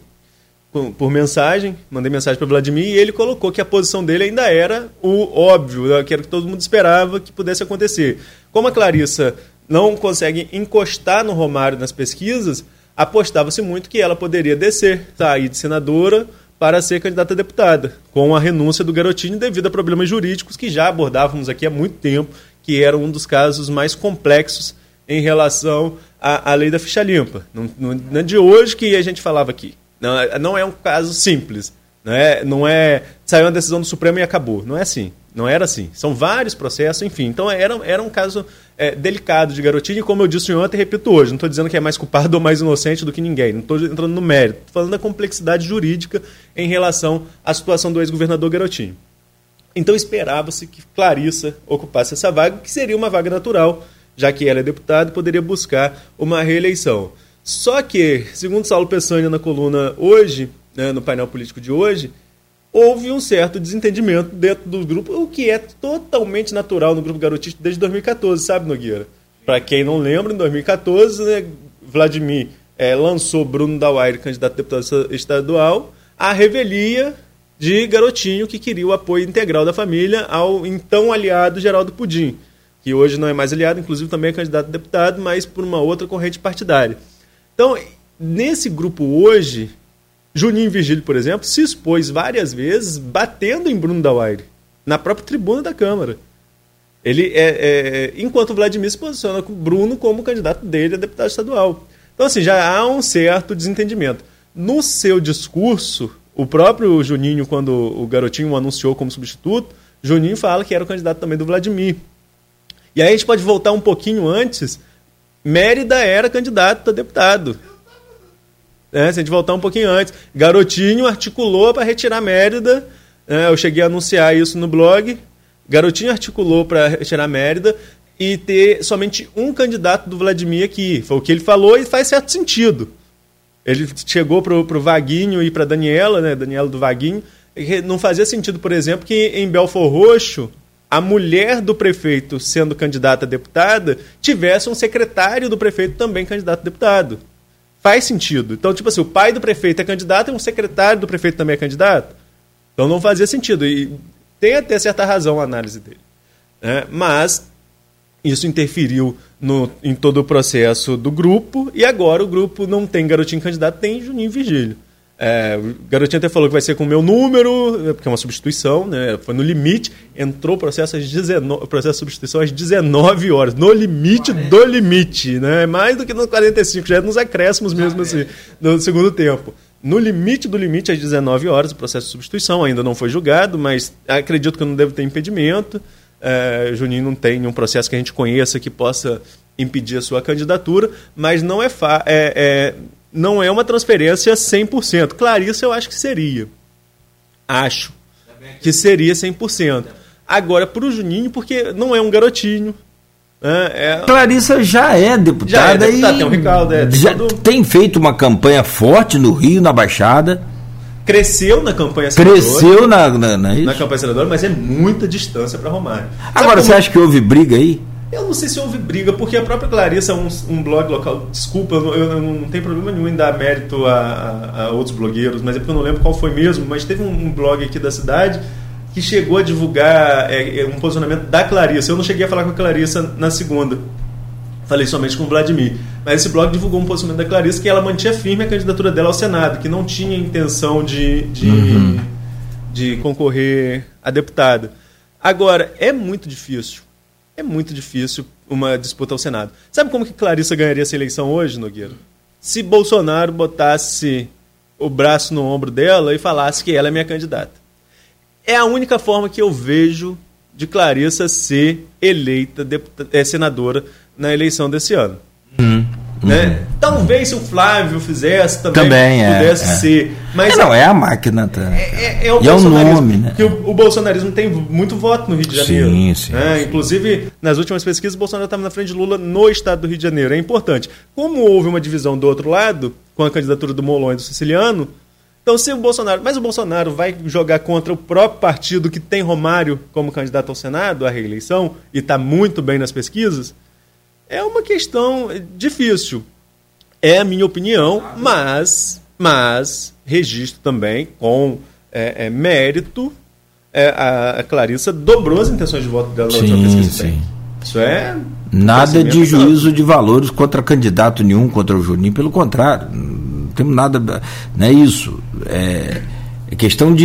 por mensagem, mandei mensagem para o Vladimir, e ele colocou que a posição dele ainda era o óbvio, que era o que todo mundo esperava que pudesse acontecer. Como a Clarissa não consegue encostar no Romário nas pesquisas, apostava-se muito que ela poderia sair de senadora para ser candidata a deputada, com a renúncia do Garotinho devido a problemas jurídicos que já abordávamos aqui há muito tempo, que era um dos casos mais complexos em relação à lei da ficha limpa. Não é de hoje que a gente falava aqui. Não é um caso simples. Não é saiu uma decisão do Supremo e acabou. Não é assim. Não era assim. São vários processos, enfim. Então era um caso delicado de Garotinho, e como eu disse ontem, repito hoje, não estou dizendo que é mais culpado ou mais inocente do que ninguém. Não estou entrando no mérito. Estou falando da complexidade jurídica em relação à situação do ex-governador Garotinho. Então esperava-se que Clarissa ocupasse essa vaga, que seria uma vaga natural, já que ela é deputada e poderia buscar uma reeleição. Só que, segundo Saulo Peçanha na coluna hoje, no painel político de hoje, houve um certo desentendimento dentro do grupo, o que é totalmente natural no grupo garotista desde 2014, sabe, Nogueira? Para quem não lembra, em 2014, Vladimir lançou Bruno Dauaire, candidato a deputado estadual, à revelia de Garotinho, que queria o apoio integral da família ao então aliado Geraldo Pudim, que hoje não é mais aliado, inclusive também é candidato a deputado, mas por uma outra corrente partidária. Então, nesse grupo hoje, Juninho Virgílio, por exemplo, se expôs várias vezes batendo em Bruno Dauaire, na própria tribuna da Câmara. Ele enquanto o Vladimir se posiciona com o Bruno como candidato dele a deputado estadual. Então, assim, já há um certo desentendimento. No seu discurso, o próprio Juninho, quando o Garotinho o anunciou como substituto, Juninho fala que era o candidato também do Vladimir. E aí a gente pode voltar um pouquinho antes. Mérida era candidato a deputado. Se a gente voltar um pouquinho antes. Garotinho articulou para retirar Mérida. Eu cheguei a anunciar isso no blog. Garotinho articulou para retirar Mérida e ter somente um candidato do Vladimir aqui. Foi o que ele falou e faz certo sentido. Ele chegou para o Vaguinho e para a Daniela, Daniela do Vaguinho. Não fazia sentido, por exemplo, que em Belfor Roxo a mulher do prefeito, sendo candidata a deputada, tivesse um secretário do prefeito também candidato a deputado. Faz sentido. Então, tipo assim, o pai do prefeito é candidato e um secretário do prefeito também é candidato. Então não fazia sentido. E tem até certa razão a análise dele. Mas isso interferiu em todo o processo do grupo, e agora o grupo não tem Garotinho candidato, tem Juninho Virgílio. O Garotinho até falou que vai ser com o meu número, porque é uma substituição, foi no limite, entrou o processo de substituição às 19 horas, no limite do limite, mais do que nos 45, já é nos acréscimos mesmo assim, no segundo tempo. No limite do limite, às 19 horas, o processo de substituição ainda não foi julgado, mas acredito que não deve ter impedimento. Juninho não tem nenhum processo que a gente conheça que possa impedir a sua candidatura, mas não não é uma transferência 100%. Clarissa eu acho que seria. Acho que seria 100%. Agora, para o Juninho, porque não é um garotinho. Clarissa já é deputada, e tem um recaldo, tem feito uma campanha forte no Rio, na Baixada. Cresceu na campanha senadora. Cresceu na campanha senadora, mas é muita distância para Romário. Agora, você acha que houve briga aí? Eu não sei se houve briga, porque a própria Clarissa é um blog local. Desculpa, eu não tenho problema nenhum em dar mérito a outros blogueiros, mas é porque eu não lembro qual foi mesmo. Mas teve um blog aqui da cidade que chegou a divulgar um posicionamento da Clarissa. Eu não cheguei a falar com a Clarissa na segunda. Falei somente com o Vladimir. Mas esse blog divulgou um posicionamento da Clarissa que ela mantinha firme a candidatura dela ao Senado, que não tinha intenção de concorrer a deputada. Agora, é muito difícil uma disputa ao Senado. Sabe como que Clarissa ganharia essa eleição hoje, Nogueira? Se Bolsonaro botasse o braço no ombro dela e falasse que ela é minha candidata. É a única forma que eu vejo de Clarissa ser eleita senadora na eleição desse ano. Talvez se o Flávio fizesse também pudesse ser. Mas é a máquina. É o nome, né? Que o bolsonarismo tem muito voto no Rio de Janeiro. Sim. Inclusive, nas últimas pesquisas, o Bolsonaro estava na frente de Lula no estado do Rio de Janeiro. É importante. Como houve uma divisão do outro lado, com a candidatura do Molon e do Siciliano, então se o Bolsonaro... Mas o Bolsonaro vai jogar contra o próprio partido que tem Romário como candidato ao Senado, à reeleição, e está muito bem nas pesquisas. É uma questão difícil. É a minha opinião, mas registro também com mérito. A Clarissa dobrou as intenções de voto dela na última pesquisa. Sim. Isso é... Nada de juízo de valores contra candidato nenhum, contra o Juninho, pelo contrário, não temos nada, não é isso, é questão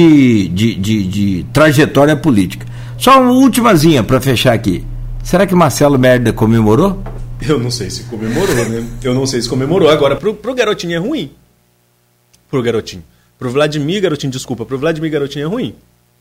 de trajetória política. Só uma ultimazinha para fechar aqui, será que Marcelo Merda comemorou? Eu não sei se comemorou, né? Eu não sei se comemorou, agora pro Garotinho é ruim. Pro Vladimir Garotinho é ruim.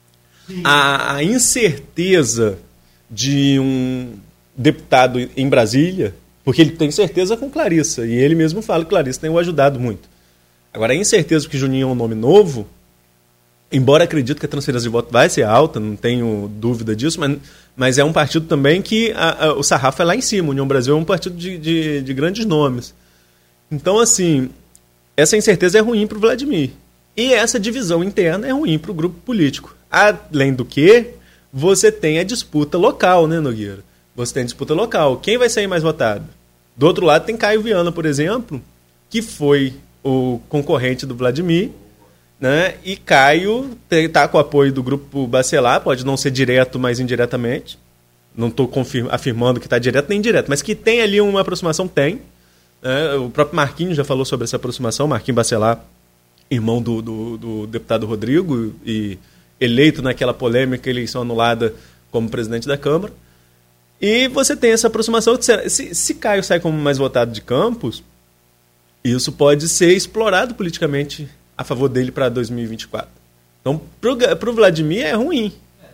A incerteza de um deputado em Brasília, porque ele tem certeza com Clarissa, e ele mesmo fala que Clarissa tem o ajudado muito. Agora, a incerteza porque Juninho é um nome novo, embora acredito que a transferência de voto vai ser alta, não tenho dúvida disso, mas é um partido também que o sarrafo é lá em cima. União Brasil é um partido de grandes nomes. Então, assim, essa incerteza é ruim para o Vladimir. E essa divisão interna é ruim para o grupo político. Além do que, você tem a disputa local, né, Nogueira? Você tem disputa local. Quem vai sair mais votado? Do outro lado tem Caio Viana, por exemplo, que foi o concorrente do Vladimir, né? E Caio está com o apoio do grupo Bacelar, pode não ser direto, mas indiretamente. Não estou afirmando que está direto nem indireto, mas que tem ali uma aproximação, tem. O próprio Marquinhos já falou sobre essa aproximação, Marquinhos Bacelar, irmão do deputado Rodrigo, e eleito naquela polêmica eleição anulada como presidente da Câmara. E você tem essa aproximação. Se Caio sai como mais votado de Campos, isso pode ser explorado politicamente a favor dele para 2024. Então, para o Vladimir é ruim.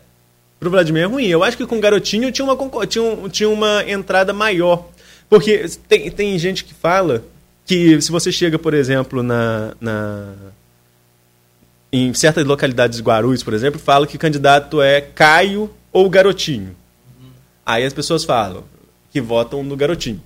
Eu acho que com o Garotinho tinha uma entrada maior. Porque tem gente que fala que se você chega, por exemplo, em certas localidades de Guarulhos, por exemplo, fala que candidato é Caio ou Garotinho. Aí as pessoas falam que votam no Garotinho.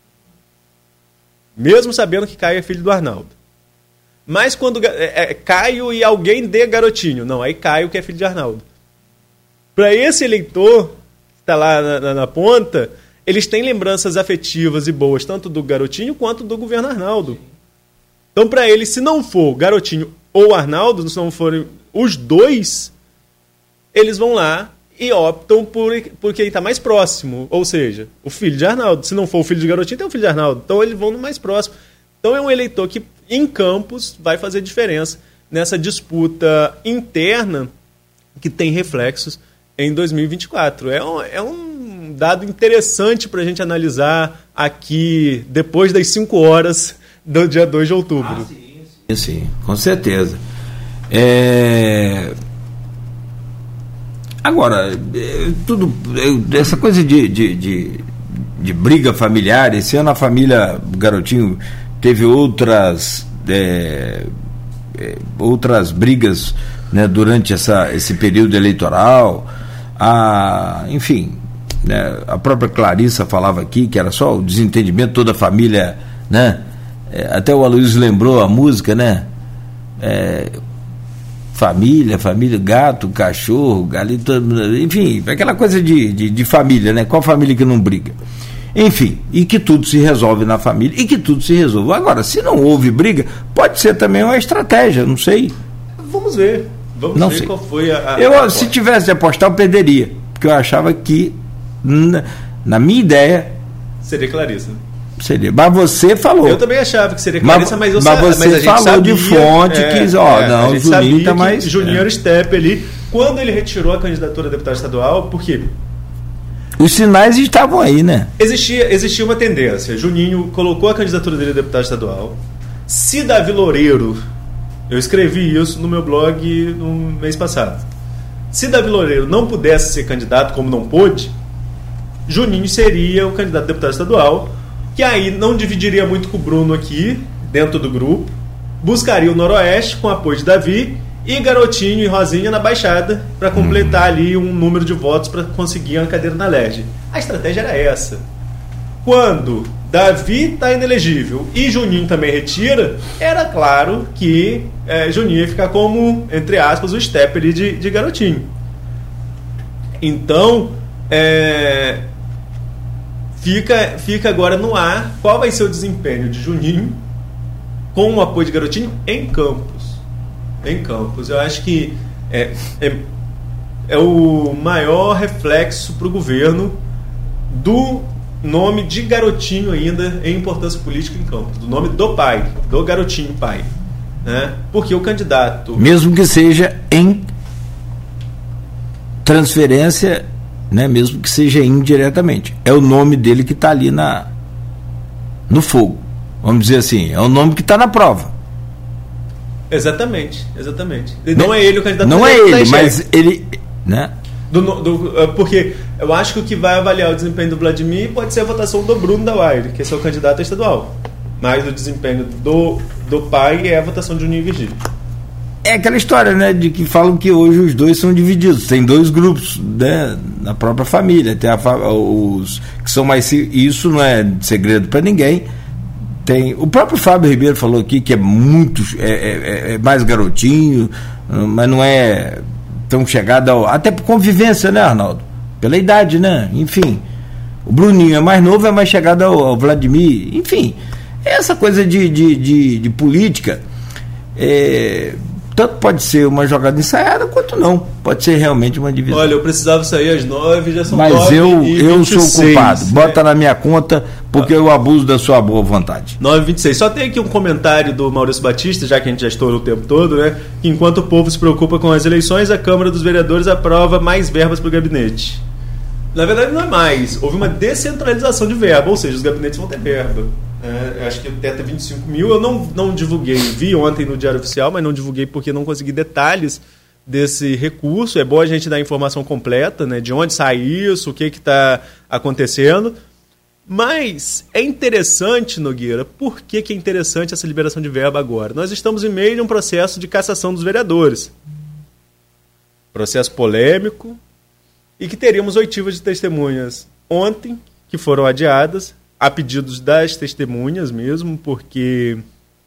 Mesmo sabendo que Caio é filho do Arnaldo. Mas quando Caio e alguém de Garotinho. Não, aí Caio que é filho de Arnaldo. Para esse eleitor que está lá na ponta, eles têm lembranças afetivas e boas, tanto do Garotinho quanto do governo Arnaldo. Então, para eles, se não for Garotinho ou Arnaldo, se não forem os dois, eles vão lá e optam por quem está mais próximo, ou seja, o filho de Arnaldo. Se não for o filho de Garotinho, tem o filho de Arnaldo. Então eles vão no mais próximo. Então é um eleitor que em Campos vai fazer diferença nessa disputa interna que tem reflexos em 2024. É um dado interessante para a gente analisar aqui depois das 5 horas do dia 2 de outubro. Sim, com certeza. Agora, essa coisa de briga familiar, esse ano a família Garotinho teve outras brigas, né, durante esse período eleitoral, enfim, né, a própria Clarissa falava aqui que era só o desentendimento, toda a família, né, até o Aloysio lembrou a música, né, família, gato, cachorro, galinha, enfim, aquela coisa de família, né? Qual família que não briga? Enfim, e que tudo se resolve na família, e que tudo se resolve. Agora, se não houve briga, pode ser também uma estratégia, não sei. Vamos ver. Vamos ver qual foi se tivesse de apostar, eu perderia, porque eu achava que, na minha ideia... Seria Clarissa. Seria. Mas você falou. Eu também achava que seria Clarissa, mas você a gente falou sabia, de fonte que não, o Juninho está mais. Juninho era o step ali. Quando ele retirou a candidatura a deputado estadual, por quê? Os sinais estavam aí, né? Existia uma tendência. Juninho colocou a candidatura dele a deputado estadual. Se Davi Loureiro, eu escrevi isso no meu blog no mês passado. Se Davi Loureiro não pudesse ser candidato, como não pôde, Juninho seria o candidato a deputado estadual, que aí não dividiria muito com o Bruno aqui, dentro do grupo, buscaria o Noroeste com apoio de Davi e Garotinho e Rosinha na Baixada para completar ali um número de votos para conseguir uma cadeira na LERJ. A estratégia era essa. Quando Davi está inelegível e Juninho também retira, era claro que Juninho ia ficar como, entre aspas, o step ali de Garotinho. Então, fica agora no ar qual vai ser o desempenho de Juninho com o apoio de Garotinho em Campos. Eu acho que é o maior reflexo para o governo do nome de Garotinho ainda em importância política em Campos, do nome do pai, do Garotinho pai, né? Porque o candidato, mesmo que seja em transferência, né? Mesmo que seja indiretamente, é o nome dele que está ali no fogo, vamos dizer assim, é o nome que está na prova. Exatamente. Não é ele o candidato. Não é ele, mas ele, né? Porque eu acho que o que vai avaliar o desempenho do Vladimir pode ser a votação do Bruno da Uaire, que é seu candidato estadual. Mas o desempenho do pai é a votação de Juninho e Virgílio. É aquela história, né, de que falam que hoje os dois são divididos, tem dois grupos, né, na própria família, tem os que são mais, isso não é segredo para ninguém. Tem, o próprio Fábio Ribeiro falou aqui que é muito, é mais Garotinho, mas não é tão chegado até por convivência, né, Arnaldo? Pela idade, né? Enfim, o Bruninho é mais novo, é mais chegado ao Vladimir, enfim, essa coisa de política, tanto pode ser uma jogada ensaiada quanto não, pode ser realmente uma divisão. Olha, eu precisava sair às 9, já são 9h26. Mas eu sou o culpado, bota na minha conta, porque eu abuso da sua boa vontade. 9h26, só tem aqui um comentário do Maurício Batista, já que a gente já estourou o tempo todo, né? Que enquanto o povo se preocupa com as eleições, a Câmara dos Vereadores aprova mais verbas para o gabinete. Na verdade não é mais, houve uma descentralização de verba, ou seja, os gabinetes vão ter verba. Acho que o teto é 25 mil, eu não divulguei, vi ontem no Diário Oficial, mas não divulguei porque não consegui detalhes desse recurso. É bom a gente dar a informação completa, né, de onde sai isso, o que está acontecendo. Mas é interessante, Nogueira, por que é interessante essa liberação de verba agora? Nós estamos em meio de um processo de cassação dos vereadores. Processo polêmico, e que teríamos oitivas de testemunhas ontem, que foram adiadas, a pedidos das testemunhas mesmo, porque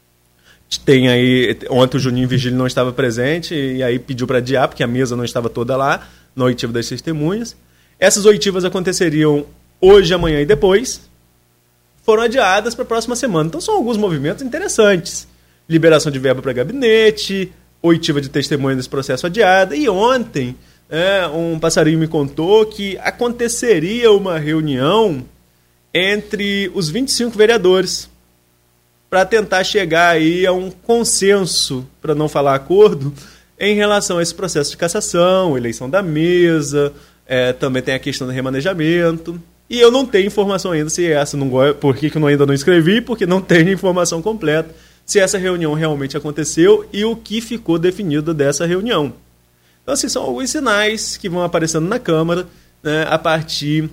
tem aí, ontem o Juninho e Virgílio não estava presente, e aí pediu para adiar, porque a mesa não estava toda lá, na oitiva das testemunhas. Essas oitivas aconteceriam hoje, amanhã e depois, foram adiadas para a próxima semana. Então são alguns movimentos interessantes. Liberação de verba para gabinete, oitiva de testemunha desse processo adiada, e ontem um passarinho me contou que aconteceria uma reunião entre os 25 vereadores para tentar chegar aí a um consenso, para não falar acordo, em relação a esse processo de cassação, eleição da mesa, também tem a questão do remanejamento, e eu não tenho informação ainda se essa, por que eu ainda não escrevi, porque não tenho informação completa se essa reunião realmente aconteceu e o que ficou definido dessa reunião. Então, assim, são alguns sinais que vão aparecendo na Câmara, né, a partir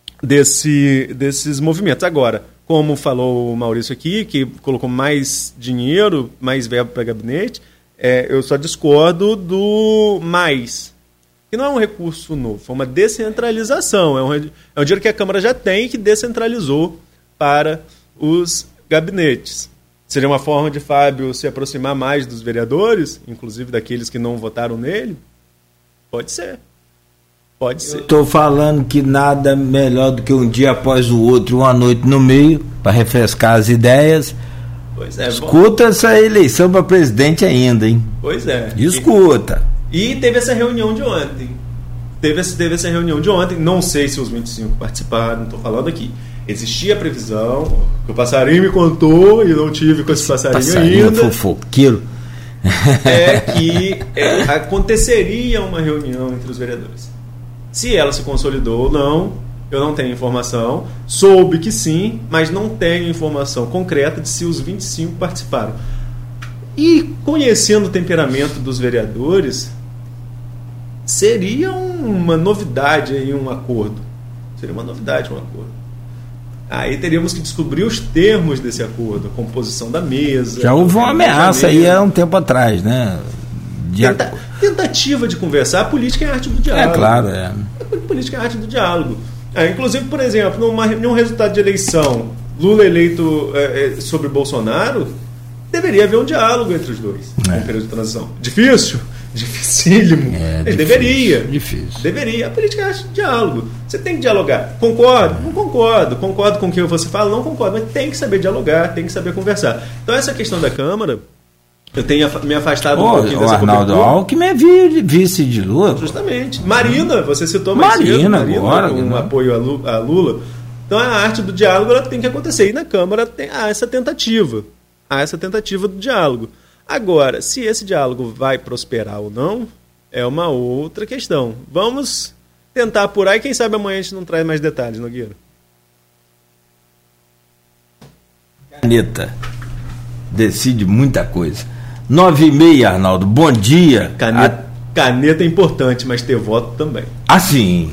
desses movimentos. Agora, como falou o Maurício aqui, que colocou mais dinheiro, mais verba para gabinete, eu só discordo do mais, que não é um recurso novo, foi uma descentralização, é um dinheiro que a Câmara já tem e que descentralizou para os gabinetes. Seria uma forma de Fábio se aproximar mais dos vereadores, inclusive daqueles que não votaram nele? Pode ser. Pode ser. Estou falando que nada melhor do que um dia após o outro, uma noite no meio, para refrescar as ideias. Pois é. Escuta essa eleição para presidente ainda, hein? Pois é. Escuta. E teve essa reunião de ontem. Teve essa reunião de ontem. Não sei se os 25 participaram, não estou falando aqui. Existia a previsão, que o passarinho me contou, e não tive com esse passarinho ainda. Fofoqueiro. Que aconteceria uma reunião entre os vereadores. Se ela se consolidou ou não, eu não tenho informação. Soube que sim, mas não tenho informação concreta de se os 25 participaram. E conhecendo o temperamento dos vereadores, seria uma novidade aí um acordo. Seria uma novidade um acordo. Aí teríamos que descobrir os termos desse acordo, a composição da mesa. Já houve uma ameaça aí há um tempo atrás, né? Tentativa de conversar. A política é a arte do diálogo. Claro, A política é a arte do diálogo. Inclusive, por exemplo, num resultado de eleição, Lula eleito sobre Bolsonaro, deveria haver um diálogo entre os dois no período de transição. Difícil, Dificílimo. Difícil. Deveria. A política é diálogo. Você tem que dialogar. Concordo? Não concordo. Concordo com o que você fala? Não concordo. Mas tem que saber dialogar, tem que saber conversar. Então, essa questão da Câmara, eu tenho me afastado um pouquinho dessa cobertura. O Arnaldo Alckmin é vice de Lula. Justamente. Marina, você citou mais cedo. Marina agora. Com apoio a Lula. Então, a arte do diálogo ela tem que acontecer. E na Câmara há essa tentativa. Do diálogo. Agora, se esse diálogo vai prosperar ou não, é uma outra questão. Vamos tentar apurar e quem sabe amanhã a gente não traz mais detalhes, Nogueira. Caneta decide muita coisa. 9h30, Arnaldo, bom dia. Caneta é importante, mas ter voto também. Sim.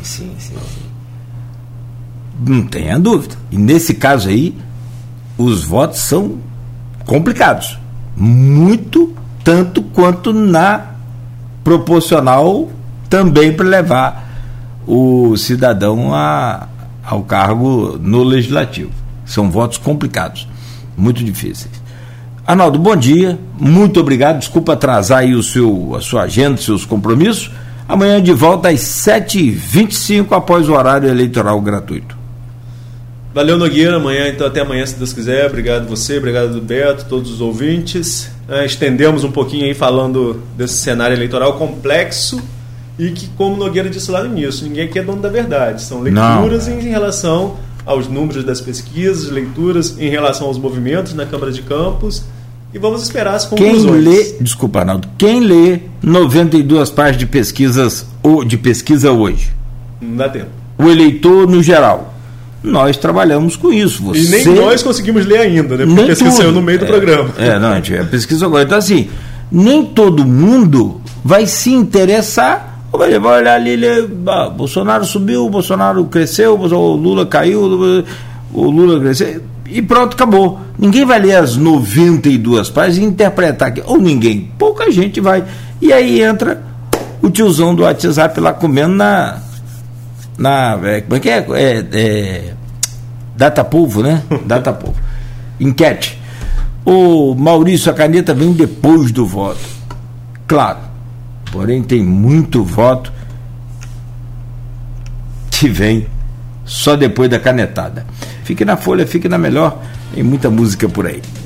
Não tenha dúvida. E nesse caso aí, os votos são complicados. Muito, tanto quanto na proporcional também para levar o cidadão ao cargo no legislativo. São votos complicados, muito difíceis. Arnaldo, bom dia, muito obrigado, desculpa atrasar aí a sua agenda, seus compromissos. Amanhã de volta às 7h25 após o horário eleitoral gratuito. Valeu, Nogueira. Então até amanhã, se Deus quiser. Obrigado você, obrigado Beto, todos os ouvintes. Estendemos um pouquinho aí falando desse cenário eleitoral complexo e que, como Nogueira disse lá no início, ninguém aqui é dono da verdade. São leituras em relação aos números das pesquisas, leituras em relação aos movimentos na Câmara de Campos e vamos esperar as conclusões. Desculpa, Arnaldo, quem lê 92 páginas de pesquisa hoje? Não dá tempo. O eleitor no geral. Nós trabalhamos com isso. E nem nós conseguimos ler ainda, né? Porque a pesquisa saiu no meio do programa. A gente pesquisa agora. Então, assim, nem todo mundo vai se interessar. Vai olhar ali, Bolsonaro subiu, o Bolsonaro cresceu, o Lula caiu, o Lula cresceu, e pronto, acabou. Ninguém vai ler as 92 páginas e interpretar aqui. Ou ninguém, pouca gente vai. E aí entra o tiozão do WhatsApp lá comendo como é que é? Datapovo, né? Datapovo. Enquete. O Maurício, a caneta vem depois do voto. Claro. Porém, tem muito voto que vem só depois da canetada. Fique na Folha, fique na Melhor. Tem muita música por aí.